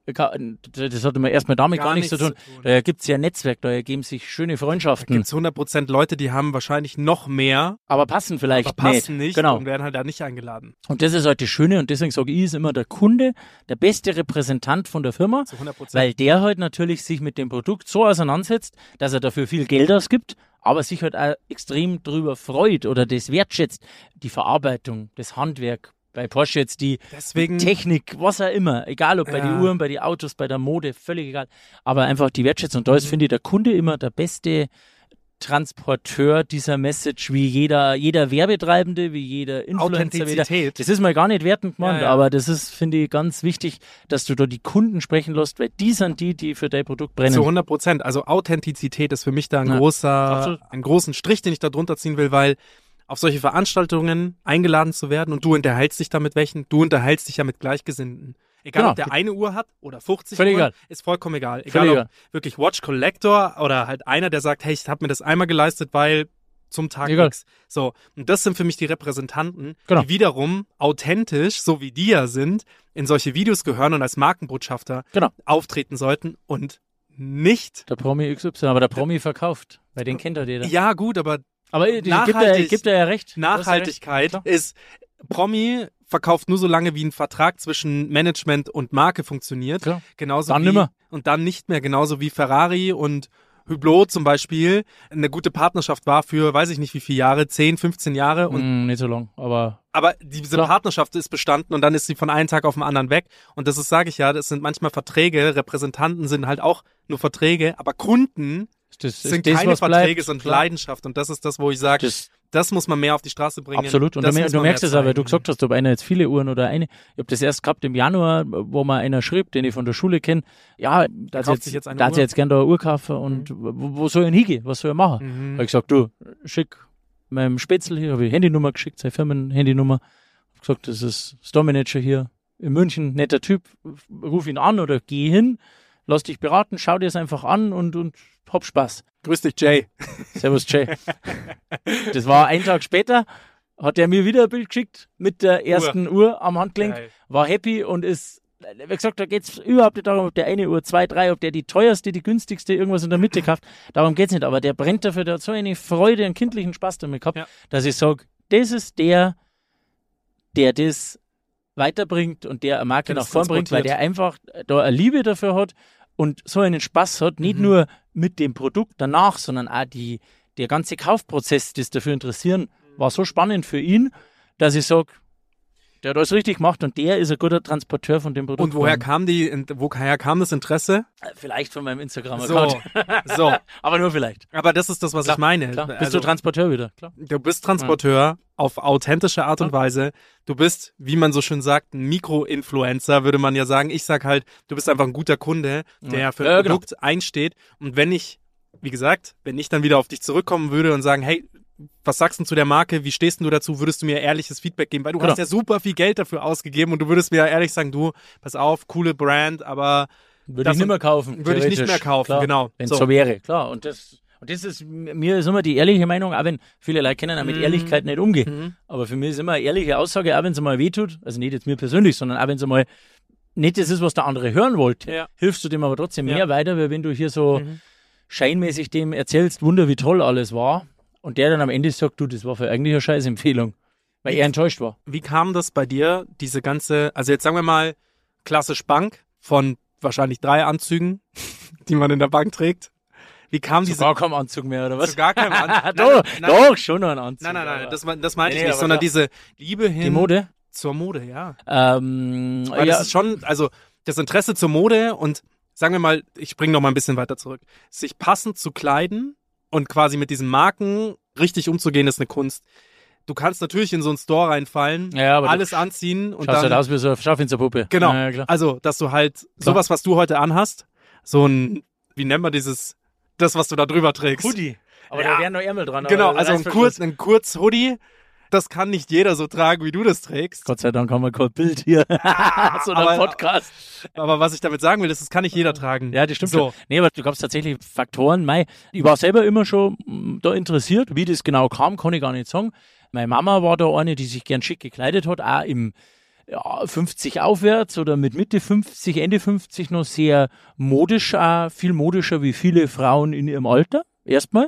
Speaker 7: das hat man erstmal damit gar,
Speaker 6: Gar
Speaker 7: nichts zu tun.
Speaker 6: nichts zu tun.
Speaker 7: Da gibt's ja ein Netzwerk, da ergeben sich schöne Freundschaften,
Speaker 6: Gibt es hundert Prozent Leute, die haben wahrscheinlich noch mehr,
Speaker 7: aber passen vielleicht
Speaker 6: aber passen nicht,
Speaker 7: Genau.
Speaker 6: und werden halt da nicht eingeladen.
Speaker 7: Und das ist halt das Schöne und deswegen sage ich, ist immer der Kunde der beste Repräsentant von der Firma,
Speaker 6: Zu hundert Prozent.
Speaker 7: weil der halt natürlich sich mit dem Produkt so auseinandersetzt, dass er dafür viel Geld ausgibt, aber sich halt auch extrem drüber freut oder das wertschätzt. Die Verarbeitung, das Handwerk, bei Porsche jetzt die
Speaker 6: Deswegen,
Speaker 7: Technik, was auch immer, egal ob bei
Speaker 6: Ja.
Speaker 7: den Uhren, bei den Autos, bei der Mode, völlig egal, aber einfach die Wertschätzung. Und da ist,
Speaker 6: Mhm.
Speaker 7: finde ich, der Kunde immer der beste Transporteur dieser Message, wie jeder, jeder Werbetreibende, wie jeder Influencer. Wie jeder,
Speaker 6: Authentizität.
Speaker 7: das ist mal gar nicht wertend gemeint,
Speaker 6: Ja, ja.
Speaker 7: aber das ist, finde ich, ganz wichtig, dass du da die Kunden sprechen lässt, weil die sind die, die für dein Produkt brennen.
Speaker 6: Zu hundert Prozent. Also Authentizität ist für mich da ein
Speaker 7: Ja,
Speaker 6: großer,
Speaker 7: absolut.
Speaker 6: einen großen Strich, den ich da drunter ziehen will, weil auf solche Veranstaltungen eingeladen zu werden und du unterhältst dich da mit welchen, du unterhältst dich ja mit Gleichgesinnten. Egal,
Speaker 7: Genau.
Speaker 6: ob der eine Uhr hat oder fünfzig
Speaker 7: Völlig
Speaker 6: Uhren,
Speaker 7: egal.
Speaker 6: ist vollkommen egal. Egal,
Speaker 7: Völlig
Speaker 6: ob
Speaker 7: egal.
Speaker 6: wirklich Watch Collector oder halt einer, der sagt, hey, ich habe mir das einmal geleistet, weil zum Tag
Speaker 7: Egal.
Speaker 6: X. So, und das sind für mich die Repräsentanten,
Speaker 7: Genau.
Speaker 6: die wiederum authentisch, so wie die ja sind, in solche Videos gehören und als Markenbotschafter
Speaker 7: Genau.
Speaker 6: auftreten sollten und nicht.
Speaker 7: Der Promi X Y, aber der Promi verkauft, weil den kennt ja jeder.
Speaker 6: Ja, gut, aber
Speaker 7: aber ich, ich gibt er
Speaker 6: nachhaltig-
Speaker 7: gibt er ja recht.
Speaker 6: Nachhaltigkeit
Speaker 7: Klar.
Speaker 6: ist, Promi verkauft nur so lange, wie ein Vertrag zwischen Management und Marke funktioniert.
Speaker 7: Klar.
Speaker 6: Genauso
Speaker 7: Dann
Speaker 6: wie,
Speaker 7: nimmer.
Speaker 6: Und dann nicht mehr. Genauso wie Ferrari und Hublot zum Beispiel eine gute Partnerschaft war für, weiß ich nicht wie viele Jahre, zehn, fünfzehn Jahre. Und,
Speaker 7: Mm, nicht so lang, aber
Speaker 6: aber diese
Speaker 7: Klar.
Speaker 6: Partnerschaft ist bestanden und dann ist sie von einem Tag auf den anderen weg. Und das ist, sage ich ja, das sind manchmal Verträge. Repräsentanten sind halt auch nur Verträge, aber Kunden
Speaker 7: das
Speaker 6: sind
Speaker 7: ist das,
Speaker 6: keine
Speaker 7: was
Speaker 6: Verträge,
Speaker 7: bleibt.
Speaker 6: sondern
Speaker 7: Klar.
Speaker 6: Leidenschaft. Und das ist das, wo ich sage,
Speaker 7: Das-
Speaker 6: das muss man mehr auf die Straße bringen.
Speaker 7: Absolut. Und du,
Speaker 6: Das
Speaker 7: mer
Speaker 6: muss
Speaker 7: du
Speaker 6: man
Speaker 7: merkst
Speaker 6: mehr
Speaker 7: es auch, weil du
Speaker 6: zeigen.
Speaker 7: gesagt hast, ob einer jetzt viele Uhren oder eine. Ich habe das erst gehabt im Januar, wo mal einer schrieb, den ich von der Schule kenne, ja, da
Speaker 6: kauft
Speaker 7: jetzt,
Speaker 6: sich jetzt eine
Speaker 7: da hat
Speaker 6: Uhr?
Speaker 7: sie jetzt gerne da eine Uhr kaufen und wo, wo soll ich denn hingehen? Was soll ich machen?
Speaker 6: Mhm.
Speaker 7: Habe ich gesagt, du, schick meinem Spätzl hier, habe ich Handynummer geschickt, seine Firmenhandynummer. Hab gesagt, das ist Store Manager hier in München, netter Typ, ruf ihn an oder geh hin, lass dich beraten, schau dir es einfach an und, und hab Spaß.
Speaker 6: Grüß dich, Jay.
Speaker 7: Servus, Jay. Das war ein Tag später, hat er mir wieder ein Bild geschickt mit der ersten Uhr, am Handgelenk,
Speaker 6: Geil.
Speaker 7: war happy und ist wie gesagt, da geht's überhaupt nicht darum, ob der eine Uhr, zwei, drei, ob der die teuerste, die günstigste, irgendwas in der Mitte kauft. Darum geht's nicht. Aber der brennt dafür, der hat so eine Freude, einen kindlichen Spaß damit gehabt, ja. dass ich sage, das ist der, der das weiterbringt und der eine Marke nach vorn bringt, weil der einfach da eine Liebe dafür hat und so einen Spaß hat, nicht mhm. nur mit dem Produkt danach, sondern auch die, der ganze Kaufprozess, das dafür interessieren, war so spannend für ihn, dass ich sage, der hat alles richtig gemacht und der ist ein guter Transporteur von dem Produkt.
Speaker 6: Und woher kam die, woher kam das Interesse?
Speaker 7: Vielleicht von meinem Instagram-Account.
Speaker 6: So, so.
Speaker 7: Aber nur vielleicht.
Speaker 6: Aber das ist das, was
Speaker 7: klar,
Speaker 6: ich meine.
Speaker 7: Klar. Bist
Speaker 6: also,
Speaker 7: du Transporteur wieder? Klar.
Speaker 6: Du bist Transporteur ja. auf authentische Art und ja. Weise. Du bist, wie man so schön sagt, ein Mikro-Influencer, würde man ja sagen. Ich sag halt, du bist einfach ein guter Kunde, der ja. für ein ja, Produkt genau. einsteht. Und wenn ich, wie gesagt, wenn ich dann wieder auf dich zurückkommen würde und sagen, hey, was sagst du zu der Marke, wie stehst du dazu, würdest du mir ehrliches Feedback geben, weil du genau. hast ja super viel Geld dafür ausgegeben und du würdest mir ja ehrlich sagen, du, pass auf, coole Brand, aber
Speaker 7: würde ich nicht mehr kaufen.
Speaker 6: Würde ich nicht mehr kaufen,
Speaker 7: klar,
Speaker 6: genau.
Speaker 7: Wenn es so. so wäre, klar. Und das, und das ist, mir ist immer die ehrliche Meinung, auch wenn viele Leute können auch mit mm. Ehrlichkeit nicht umgehen, mm. aber für mich ist immer eine ehrliche Aussage, auch wenn es mal wehtut, also nicht jetzt mir persönlich, sondern auch wenn es mal nicht das ist, was der andere hören wollte, ja. hilfst du dem aber trotzdem ja. mehr weiter, weil wenn du hier so mhm. scheinmäßig dem erzählst, Wunder, wie toll alles war, und der dann am Ende sagt, du, das war für eigentlich eine Scheißempfehlung, weil er enttäuscht war.
Speaker 6: Wie kam das bei dir, diese ganze, also jetzt sagen wir mal, klassisch Bank von wahrscheinlich drei Anzügen, die man in der Bank trägt. Wie kam diese...
Speaker 7: Gar kein Anzug mehr, oder was?
Speaker 6: Zu gar kein Anzug.
Speaker 7: doch, doch, schon noch ein Anzug.
Speaker 6: Nein, nein, nein, das, das meinte nee, ich nicht, sondern klar. diese Liebe hin...
Speaker 7: Die Mode?
Speaker 6: Zur Mode, ja.
Speaker 7: Ähm,
Speaker 6: Weil
Speaker 7: ja.
Speaker 6: das ist schon, also das Interesse zur Mode und sagen wir mal, ich springe noch mal ein bisschen weiter zurück, sich passend zu kleiden und quasi mit diesen Marken richtig umzugehen, ist eine Kunst. Du kannst natürlich in so einen Store reinfallen, ja, aber alles anziehen und dann...
Speaker 7: Schaust halt aus wie so eine Schaufensterpuppe.
Speaker 6: Genau,
Speaker 7: ja, klar.
Speaker 6: Also, dass du halt klar. sowas, was du heute anhast, so ein, wie nennt man dieses, das, was du da drüber trägst?
Speaker 7: Hoodie. Aber
Speaker 6: ja.
Speaker 7: da wären noch Ärmel dran.
Speaker 6: Genau, also ein kurz, ein kurz Hoodie, das kann nicht jeder so tragen, wie du das trägst.
Speaker 7: Gott sei Dank haben wir kein Bild hier. So ein Podcast.
Speaker 6: Aber was ich damit sagen will, ist, das kann nicht jeder tragen.
Speaker 7: Ja, das stimmt
Speaker 6: so.
Speaker 7: schon. Nee, aber du gab's tatsächlich Faktoren. Mei, ich war selber immer schon da interessiert. Wie das genau kam, kann ich gar nicht sagen. Meine Mama war da eine, die sich gern schick gekleidet hat, auch im ja, fünfzig aufwärts oder mit Mitte fünfzig, Ende fünfzig noch sehr modisch, auch viel modischer wie viele Frauen in ihrem Alter. Erstmal.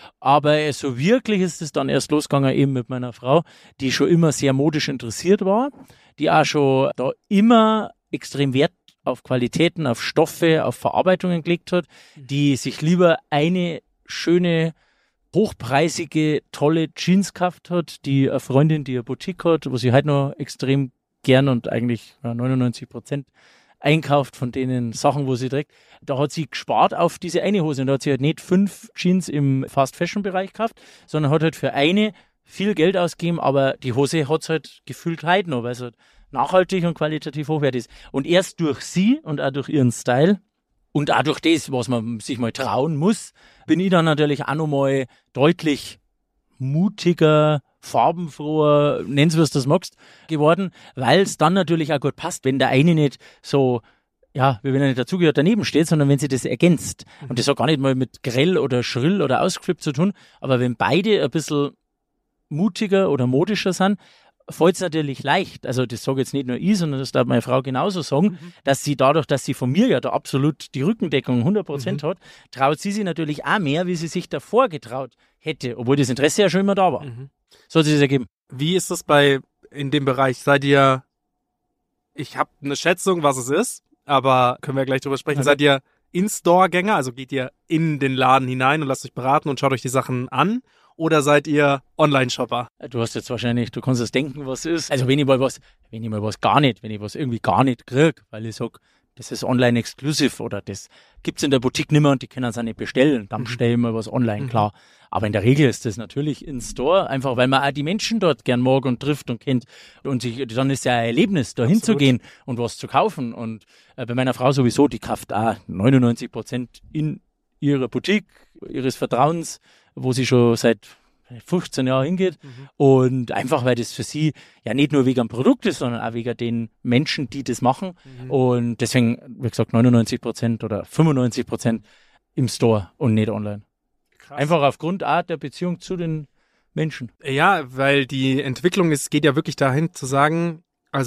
Speaker 7: Aber so wirklich ist es dann erst losgegangen eben mit meiner Frau, die schon immer sehr modisch interessiert war, die auch schon da immer extrem Wert auf Qualitäten, auf Stoffe, auf Verarbeitungen gelegt hat, die sich lieber eine schöne, hochpreisige, tolle Jeans gekauft hat, die eine Freundin, die eine Boutique hat, wo sie halt noch extrem gern und eigentlich ja, neunundneunzig Prozent einkauft von denen Sachen, wo sie trägt. Da hat sie gespart auf diese eine Hose und da hat sie halt nicht fünf Jeans im Fast-Fashion-Bereich gekauft, sondern hat halt für eine viel Geld ausgegeben, aber die Hose hat es halt gefühlt heute noch, weil es halt nachhaltig und qualitativ hochwertig ist. Und erst durch sie und auch durch ihren Style und auch durch das, was man sich mal trauen muss, bin ich dann natürlich auch noch mal deutlich mutiger, farbenfroher, nenn's, was du das magst, geworden, weil es dann natürlich auch gut passt, wenn der eine nicht so, ja, wie wenn er nicht dazugehört, daneben steht, sondern wenn sie das ergänzt. Und das hat gar nicht mal mit grell oder schrill oder ausgeflippt zu tun, aber wenn beide ein bisschen mutiger oder modischer sind, fällt es natürlich leicht, also das sage jetzt nicht nur ich, sondern das darf meine Frau genauso sagen, mhm. dass sie dadurch, dass sie von mir ja da absolut die Rückendeckung hundert Prozent mhm. hat, traut sie sich natürlich auch mehr, wie sie sich davor getraut hätte, obwohl das Interesse ja schon immer da war. Mhm. So hat sich das ergeben.
Speaker 6: Wie ist das bei, in dem Bereich, seid ihr, ich habe eine Schätzung, was es ist, aber können wir gleich drüber sprechen, okay. Seid ihr In-Store-Gänger, also geht ihr in den Laden hinein und lasst euch beraten und schaut euch die Sachen an? Oder seid ihr Online-Shopper?
Speaker 7: Du hast jetzt wahrscheinlich, du kannst es denken, was ist. Also wenn ich mal was, wenn ich mal was gar nicht, wenn ich was irgendwie gar nicht kriege, weil ich sage, das ist online-exclusive oder das gibt's in der Boutique nicht mehr und die können es auch nicht bestellen, dann bestelle ich mal was online, mhm. klar. Aber in der Regel ist das natürlich in Store, einfach weil man auch die Menschen dort gern mag und trifft und kennt. Und sich, dann ist ja ein Erlebnis, da hinzugehen und was zu kaufen. Und äh, bei meiner Frau sowieso, die kauft auch neunundneunzig Prozent in ihrer Boutique, ihres Vertrauens, wo sie schon seit fünfzehn Jahren hingeht. Mhm. Und einfach, weil das für sie ja nicht nur wegen dem Produkt ist, sondern auch wegen den Menschen, die das machen. Mhm. Und deswegen, wie gesagt, neunundneunzig Prozent oder fünfundneunzig Prozent im Store und nicht online. Krass. Einfach aufgrund Art der Beziehung zu den Menschen.
Speaker 6: Ja, weil die Entwicklung ist, geht ja wirklich dahin zu sagen, also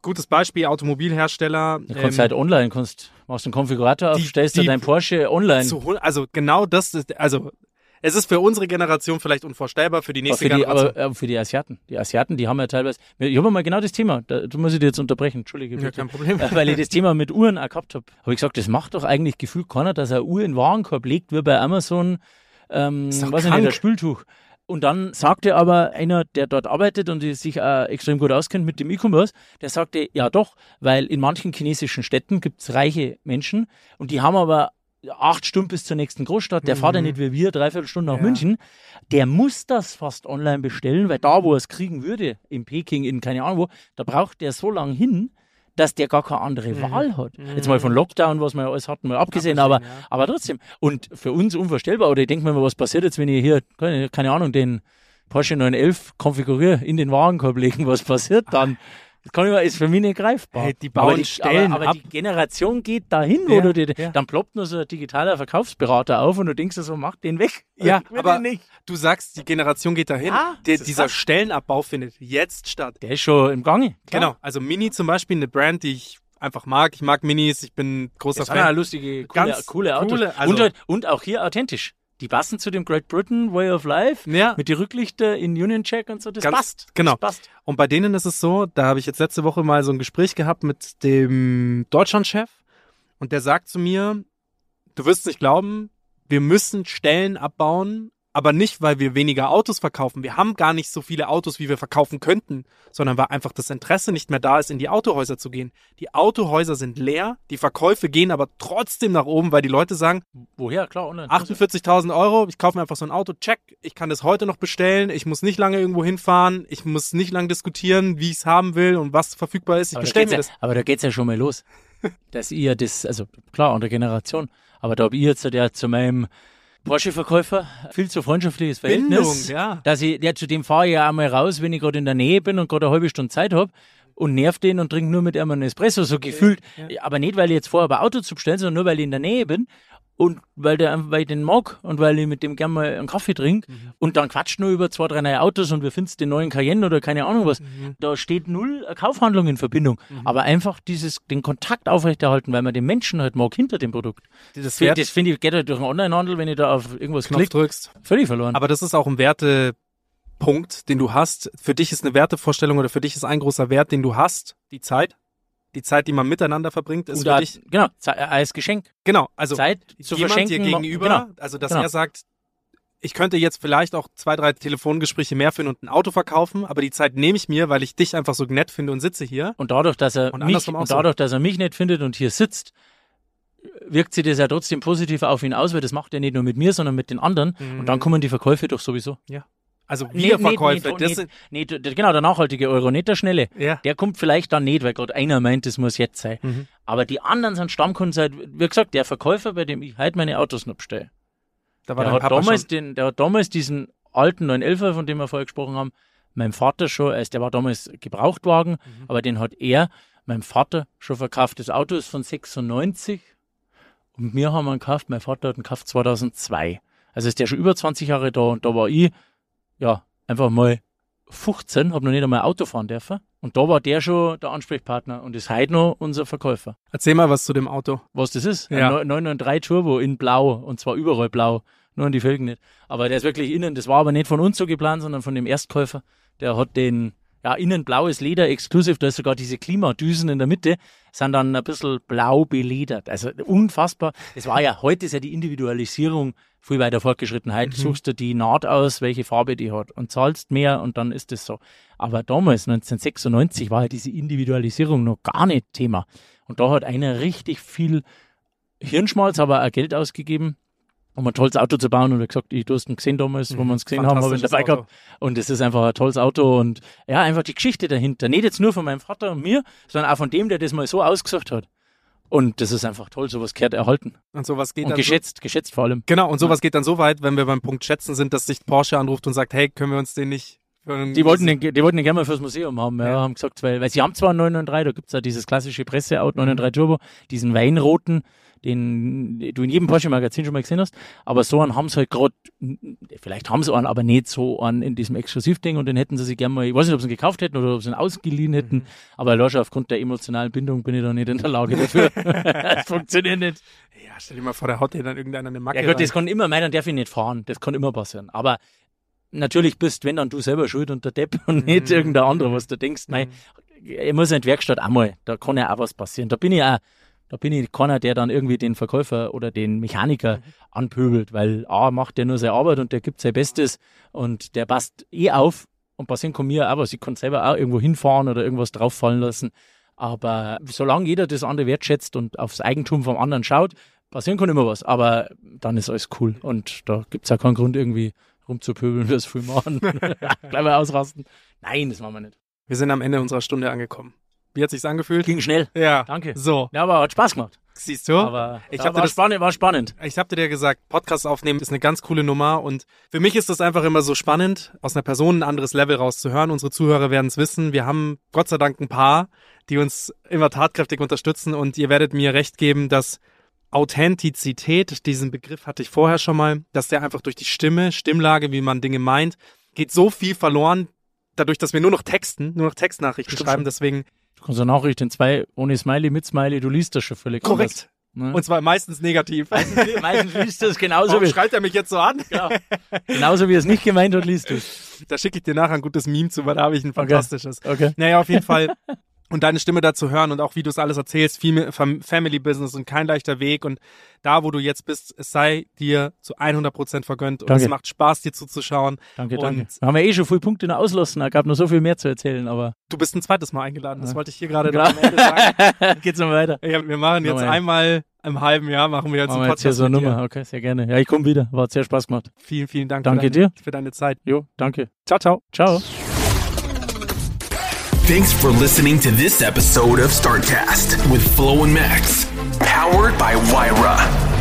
Speaker 6: gutes Beispiel, Automobilhersteller.
Speaker 7: Du kannst
Speaker 6: ähm,
Speaker 7: halt online, kannst, machst einen Konfigurator auf,
Speaker 6: die-
Speaker 7: stellst
Speaker 6: die-
Speaker 7: dir dein Porsche online.
Speaker 6: zu, hol- also genau das ist, also es ist für unsere Generation vielleicht unvorstellbar, für die
Speaker 7: Aber
Speaker 6: nächste
Speaker 7: für die,
Speaker 6: Generation.
Speaker 7: aber, aber für die Asiaten. Die Asiaten, die haben ja teilweise. Ich habe mal genau das Thema, da, da muss ich dir jetzt unterbrechen, Entschuldige
Speaker 6: Ja,
Speaker 7: bitte.
Speaker 6: kein Problem.
Speaker 7: Äh, Weil ich das Thema mit Uhren auch gehabt habe. Habe ich gesagt, das macht doch eigentlich gefühlt keiner, dass er eine Uhr in den Warenkorb legt, wie bei Amazon, ähm,
Speaker 6: Ist doch
Speaker 7: weiß ich
Speaker 6: krank.
Speaker 7: nicht, ein Spültuch. Und dann sagte aber einer, der dort arbeitet und die sich äh, extrem gut auskennt mit dem E-Commerce, der sagte, ja doch, weil in manchen chinesischen Städten gibt's reiche Menschen und die haben aber acht Stunden bis zur nächsten Großstadt, der fährt ja nicht wie wir, dreiviertel Stunden nach
Speaker 6: Ja.
Speaker 7: München, der muss das fast online bestellen, weil da, wo er es kriegen würde, in Peking, in keine Ahnung wo, da braucht der so lange hin, dass der gar keine andere Wahl hat. Jetzt mal von Lockdown, was wir ja alles hatten, mal abgesehen, aber,
Speaker 6: Abgesehen, ja.
Speaker 7: aber trotzdem. Und für uns unvorstellbar, oder ich denke mir mal, was passiert jetzt, wenn ich hier, keine, keine Ahnung, den Porsche neun elf konfiguriere, in den Warenkorb legen, was passiert dann? Das kann ich, mal- ist für mich nicht greifbar.
Speaker 6: Hey, die bauen
Speaker 7: aber die,
Speaker 6: Stellen
Speaker 7: aber, aber
Speaker 6: ab.
Speaker 7: die Generation geht dahin, wo
Speaker 6: Ja,
Speaker 7: du dir,
Speaker 6: ja.
Speaker 7: dann ploppt nur so ein digitaler Verkaufsberater auf und du denkst dir so, mach den weg.
Speaker 6: Ja,
Speaker 7: Ich will
Speaker 6: aber
Speaker 7: den nicht.
Speaker 6: du sagst, die Generation geht dahin.
Speaker 7: Ja,
Speaker 6: Der,
Speaker 7: das ist
Speaker 6: dieser
Speaker 7: krass.
Speaker 6: Stellenabbau findet jetzt statt.
Speaker 7: Der ist schon im Gange. klar.
Speaker 6: Genau, also Mini zum Beispiel, eine Brand, die ich einfach mag. Ich mag Minis, ich bin großer
Speaker 7: Das sind ja
Speaker 6: Fan.
Speaker 7: lustige, coole,
Speaker 6: Ganz
Speaker 7: coole Autos.
Speaker 6: coole, also-
Speaker 7: und, halt- und auch hier authentisch. Die passen zu dem Great Britain Way of Life.
Speaker 6: Ja.
Speaker 7: Mit den Rücklichter in Union Jack und so. Das
Speaker 6: Ganz-
Speaker 7: passt.
Speaker 6: genau.
Speaker 7: Das passt.
Speaker 6: Und bei denen ist es so, da habe ich jetzt letzte Woche mal so ein Gespräch gehabt mit dem Deutschlandchef und der sagt zu mir, du wirst nicht glauben, wir müssen Stellen abbauen, aber nicht, weil wir weniger Autos verkaufen. Wir haben gar nicht so viele Autos, wie wir verkaufen könnten, sondern weil einfach das Interesse nicht mehr da ist, in die Autohäuser zu gehen. Die Autohäuser sind leer, die Verkäufe gehen aber trotzdem nach oben, weil die Leute sagen,
Speaker 7: Woher? Klar, online.
Speaker 6: achtundvierzigtausend Euro, ich kaufe mir einfach so ein Auto, check, ich kann das heute noch bestellen, ich muss nicht lange irgendwo hinfahren, ich muss nicht lange diskutieren, wie ich es haben will und was verfügbar ist, ich
Speaker 7: aber, da
Speaker 6: bestelle
Speaker 7: geht's
Speaker 6: mir
Speaker 7: ja,
Speaker 6: das.
Speaker 7: aber da geht's ja schon mal los. Dass ihr das, also klar, andere Generation, aber da hab ich jetzt ja zu meinem Porsche-Verkäufer viel zu freundschaftliches Verhältnis.
Speaker 6: Bindung, ja.
Speaker 7: Dass ich, ja, zu dem fahre ich ja einmal raus, wenn ich gerade in der Nähe bin und gerade eine halbe Stunde Zeit habe und nerv den und trinke nur mit ihm einen Espresso, so gefühlt. Ja. Aber nicht, weil ich jetzt vorhabe, ein Auto zu bestellen, sondern nur, weil ich in der Nähe bin und weil, der, weil ich den mag und weil ich mit dem gerne mal einen Kaffee trinke
Speaker 6: Mhm.
Speaker 7: und dann quatscht nur über zwei, drei neue Autos und wir finden den neuen Cayenne oder keine Ahnung was.
Speaker 6: Mhm.
Speaker 7: Da steht null eine Kaufhandlung in Verbindung. Aber einfach dieses, den Kontakt aufrechterhalten, weil man den Menschen halt mag hinter dem Produkt.
Speaker 6: Das
Speaker 7: Find-
Speaker 6: Wert-
Speaker 7: Das finde ich, geht halt durch den Onlinehandel, wenn ich da auf irgendwas
Speaker 6: Knopf
Speaker 7: klicke,
Speaker 6: drückst.
Speaker 7: völlig verloren.
Speaker 6: Aber das ist auch ein Wertepunkt, den du hast. Für dich ist eine Wertevorstellung oder für dich ist ein großer Wert, den du hast, die Zeit. Die Zeit, die man miteinander verbringt, ist
Speaker 7: und
Speaker 6: für
Speaker 7: da,
Speaker 6: dich.
Speaker 7: genau, Ze- äh, als Geschenk.
Speaker 6: Genau, also
Speaker 7: Zeit zu
Speaker 6: jemand
Speaker 7: verschenken.
Speaker 6: dir
Speaker 7: ma-
Speaker 6: gegenüber,
Speaker 7: Genau.
Speaker 6: also dass
Speaker 7: Genau.
Speaker 6: er sagt, ich könnte jetzt vielleicht auch zwei, drei Telefongespräche mehr führen und ein Auto verkaufen, aber die Zeit nehme ich mir, weil ich dich einfach so nett finde und sitze hier.
Speaker 7: Und dadurch, dass er
Speaker 6: Und
Speaker 7: mich,
Speaker 6: andersrum auch
Speaker 7: und
Speaker 6: so.
Speaker 7: dadurch, dass er mich nicht findet und hier sitzt, wirkt sich das ja trotzdem positiv auf ihn aus, weil das macht er nicht nur mit mir, sondern mit den anderen. Und dann kommen die Verkäufe doch sowieso.
Speaker 6: Also
Speaker 7: Nee,
Speaker 6: Wiederverkäufe,
Speaker 7: nee, nee,
Speaker 6: das
Speaker 7: nee,
Speaker 6: sind,
Speaker 7: nee, d- genau, der nachhaltige Euro, nicht der schnelle.
Speaker 6: Ja.
Speaker 7: Der kommt vielleicht dann nicht, weil gerade einer meint, das muss jetzt sein.
Speaker 6: Mhm.
Speaker 7: Aber die anderen sind Stammkunden seit, wie gesagt, der Verkäufer, bei dem ich heute meine Autos noch bestelle.
Speaker 6: da war
Speaker 7: Der
Speaker 6: dein
Speaker 7: hat,
Speaker 6: Papa
Speaker 7: damals
Speaker 6: schon.
Speaker 7: den, der hat damals diesen alten neun elfer, von dem wir vorher gesprochen haben, meinem Vater schon, also der war damals Gebrauchtwagen,
Speaker 6: Mhm.
Speaker 7: aber den hat er, meinem Vater, schon verkauft. Das Auto ist von sechsundneunzig und wir haben ihn gekauft, mein Vater hat ihn gekauft zweitausendzwei. Also ist der schon über zwanzig Jahre da und da war ich, ja, einfach mal fünfzehn, habe noch nicht einmal Auto fahren dürfen. Und da war der schon der Ansprechpartner und ist heute noch unser Verkäufer.
Speaker 6: Erzähl mal was zu dem Auto.
Speaker 7: Was das ist?
Speaker 6: Ja.
Speaker 7: Ein neun neun drei Turbo in blau und zwar überall blau, nur an die Felgen nicht. Aber der ist wirklich innen, das war aber nicht von uns so geplant, sondern von dem Erstkäufer. Der hat den, ja, innen blaues Leder exklusiv, da ist sogar diese Klimadüsen in der Mitte, sind dann ein bisschen blau beledert. Also unfassbar. Das war ja, heute ist ja die Individualisierung viel weiter fortgeschritten. Heute suchst du die Naht aus, welche Farbe die hat und zahlst mehr und dann ist es so. Aber damals, neunzehnhundertsechsundneunzig, war ja diese Individualisierung noch gar nicht Thema. Und da hat einer richtig viel Hirnschmalz, aber auch Geld ausgegeben, um ein tolles Auto zu bauen. Und wie gesagt, ich, du hast ihn gesehen damals, wo wir uns gesehen haben, habe ich ihn dabei
Speaker 6: Fantastisches
Speaker 7: gehabt. Und es ist einfach ein tolles Auto und ja, einfach die Geschichte dahinter. Nicht jetzt nur von meinem Vater und mir, sondern auch von dem, der das mal so ausgesucht hat. Und das ist einfach toll, sowas gehört erhalten.
Speaker 6: Und sowas geht
Speaker 7: Und
Speaker 6: dann
Speaker 7: geschätzt, geschätzt vor allem.
Speaker 6: So, genau, und sowas geht dann so weit, wenn wir beim Punkt Schätzen sind, dass sich Porsche anruft und sagt, hey, können wir uns den nicht
Speaker 7: Die wollten den, die wollten den gerne mal fürs Museum haben, ja, ja. haben gesagt, weil, weil sie haben zwar einen neun neun drei, da gibt's ja dieses klassische Presseauto neun neun drei Turbo, diesen weinroten, den du in jedem Porsche-Magazin schon mal gesehen hast, aber so einen haben sie halt gerade, vielleicht haben sie einen, aber nicht so einen in diesem Exklusivding und den hätten sie sich gerne mal, ich weiß nicht, ob sie ihn gekauft hätten oder ob sie ihn ausgeliehen hätten, mhm. aber leider schon aufgrund der emotionalen Bindung bin ich da nicht in der Lage dafür. Das funktioniert nicht.
Speaker 6: Ja, stell dir mal vor, der haut dir dann irgendeiner eine Macke
Speaker 7: Ja gut,
Speaker 6: rein.
Speaker 7: das kann immer, meinen darf ich nicht fahren, das kann immer passieren, aber natürlich bist, wenn dann du selber schuld und der Depp und nicht mhm. irgendein anderer, was du denkst, mei, ich muss in die Werkstatt auch mal, da kann ja auch was passieren, da bin ich auch Da bin ich keiner, der dann irgendwie den Verkäufer oder den Mechaniker mhm. anpöbelt, weil A, macht der nur seine Arbeit und der gibt sein Bestes und der passt eh auf und passieren kann mir auch was. Ich kann selber auch irgendwo hinfahren oder irgendwas drauffallen lassen. Aber solange jeder das andere wertschätzt und aufs Eigentum vom anderen schaut, passieren kann immer was. Aber dann ist alles cool und da gibt's auch keinen Grund irgendwie rumzupöbeln, das viel machen. Gleich mal ausrasten. Nein, das machen wir nicht.
Speaker 6: Wir sind am Ende unserer Stunde angekommen. Wie hat sich's angefühlt?
Speaker 7: Ging schnell.
Speaker 6: Ja.
Speaker 7: Danke.
Speaker 6: So.
Speaker 7: Ja, aber hat Spaß gemacht.
Speaker 6: Siehst du?
Speaker 7: Aber
Speaker 6: ich
Speaker 7: war,
Speaker 6: hab das,
Speaker 7: spannend, war spannend.
Speaker 6: Ich hab dir gesagt, Podcast aufnehmen ist eine ganz coole Nummer und für mich ist das einfach immer so spannend, aus einer Person ein anderes Level rauszuhören. Unsere Zuhörer werden es wissen. Wir haben Gott sei Dank ein paar, die uns immer tatkräftig unterstützen und ihr werdet mir recht geben, dass Authentizität, diesen Begriff hatte ich vorher schon mal, dass der einfach durch die Stimme, Stimmlage, wie man Dinge meint, geht so viel verloren, dadurch, dass wir nur noch texten, nur noch Textnachrichten
Speaker 7: Stimmt
Speaker 6: schreiben,
Speaker 7: schon.
Speaker 6: deswegen
Speaker 7: Du kannst eine Nachricht in zwei, ohne Smiley, mit Smiley, du liest das schon völlig
Speaker 6: korrekt.
Speaker 7: anders. Ne?
Speaker 6: Und zwar meistens negativ.
Speaker 7: Meistens, meistens liest du es genauso
Speaker 6: Warum
Speaker 7: wie,
Speaker 6: schreit er mich jetzt so an?
Speaker 7: genau, genauso wie er es nicht gemeint hat, liest du es.
Speaker 6: Da schicke ich dir nachher ein gutes Meme zu, weil da habe ich ein fantastisches.
Speaker 7: Okay.
Speaker 6: Naja, auf jeden Fall. Und deine Stimme dazu hören und auch wie du es alles erzählst, viel Family Business und kein leichter Weg und da, wo du jetzt bist, es sei dir zu hundert Prozent vergönnt und
Speaker 7: Danke.
Speaker 6: es macht Spaß, dir zuzuschauen.
Speaker 7: Danke,
Speaker 6: und
Speaker 7: danke. Da haben wir eh schon viele Punkte noch auslassen, da gab noch so viel mehr zu erzählen, aber...
Speaker 6: Du bist ein zweites Mal eingeladen, das
Speaker 7: Ja.
Speaker 6: wollte ich hier gerade
Speaker 7: Genau.
Speaker 6: noch am Ende sagen.
Speaker 7: Geht's noch weiter?
Speaker 6: Ja, wir machen jetzt
Speaker 7: Nochmal.
Speaker 6: einmal im halben Jahr, machen wir jetzt
Speaker 7: Machen
Speaker 6: einen
Speaker 7: wir jetzt hier
Speaker 6: Podcast
Speaker 7: so eine
Speaker 6: mit dir.
Speaker 7: Nummer, okay, sehr gerne. Ja, ich komme wieder, war hat sehr Spaß gemacht.
Speaker 6: Vielen, vielen Dank
Speaker 7: Danke
Speaker 6: für, deine,
Speaker 7: dir.
Speaker 6: für deine Zeit.
Speaker 7: Jo, danke.
Speaker 6: Ciao, ciao.
Speaker 7: Ciao.
Speaker 4: Thanks for listening to this episode of Startcast with Flo and Max, powered by Wyra.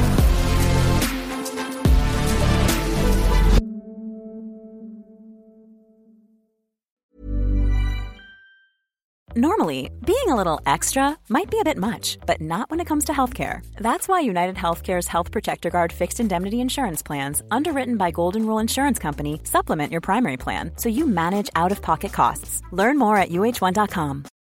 Speaker 8: Normally, being a little extra might be a bit much, but not when it comes to healthcare. That's why United Healthcare's Health Protector Guard fixed indemnity insurance plans, underwritten by Golden Rule Insurance Company, supplement your primary plan so you manage out-of-pocket costs. Learn more at U H one dot com.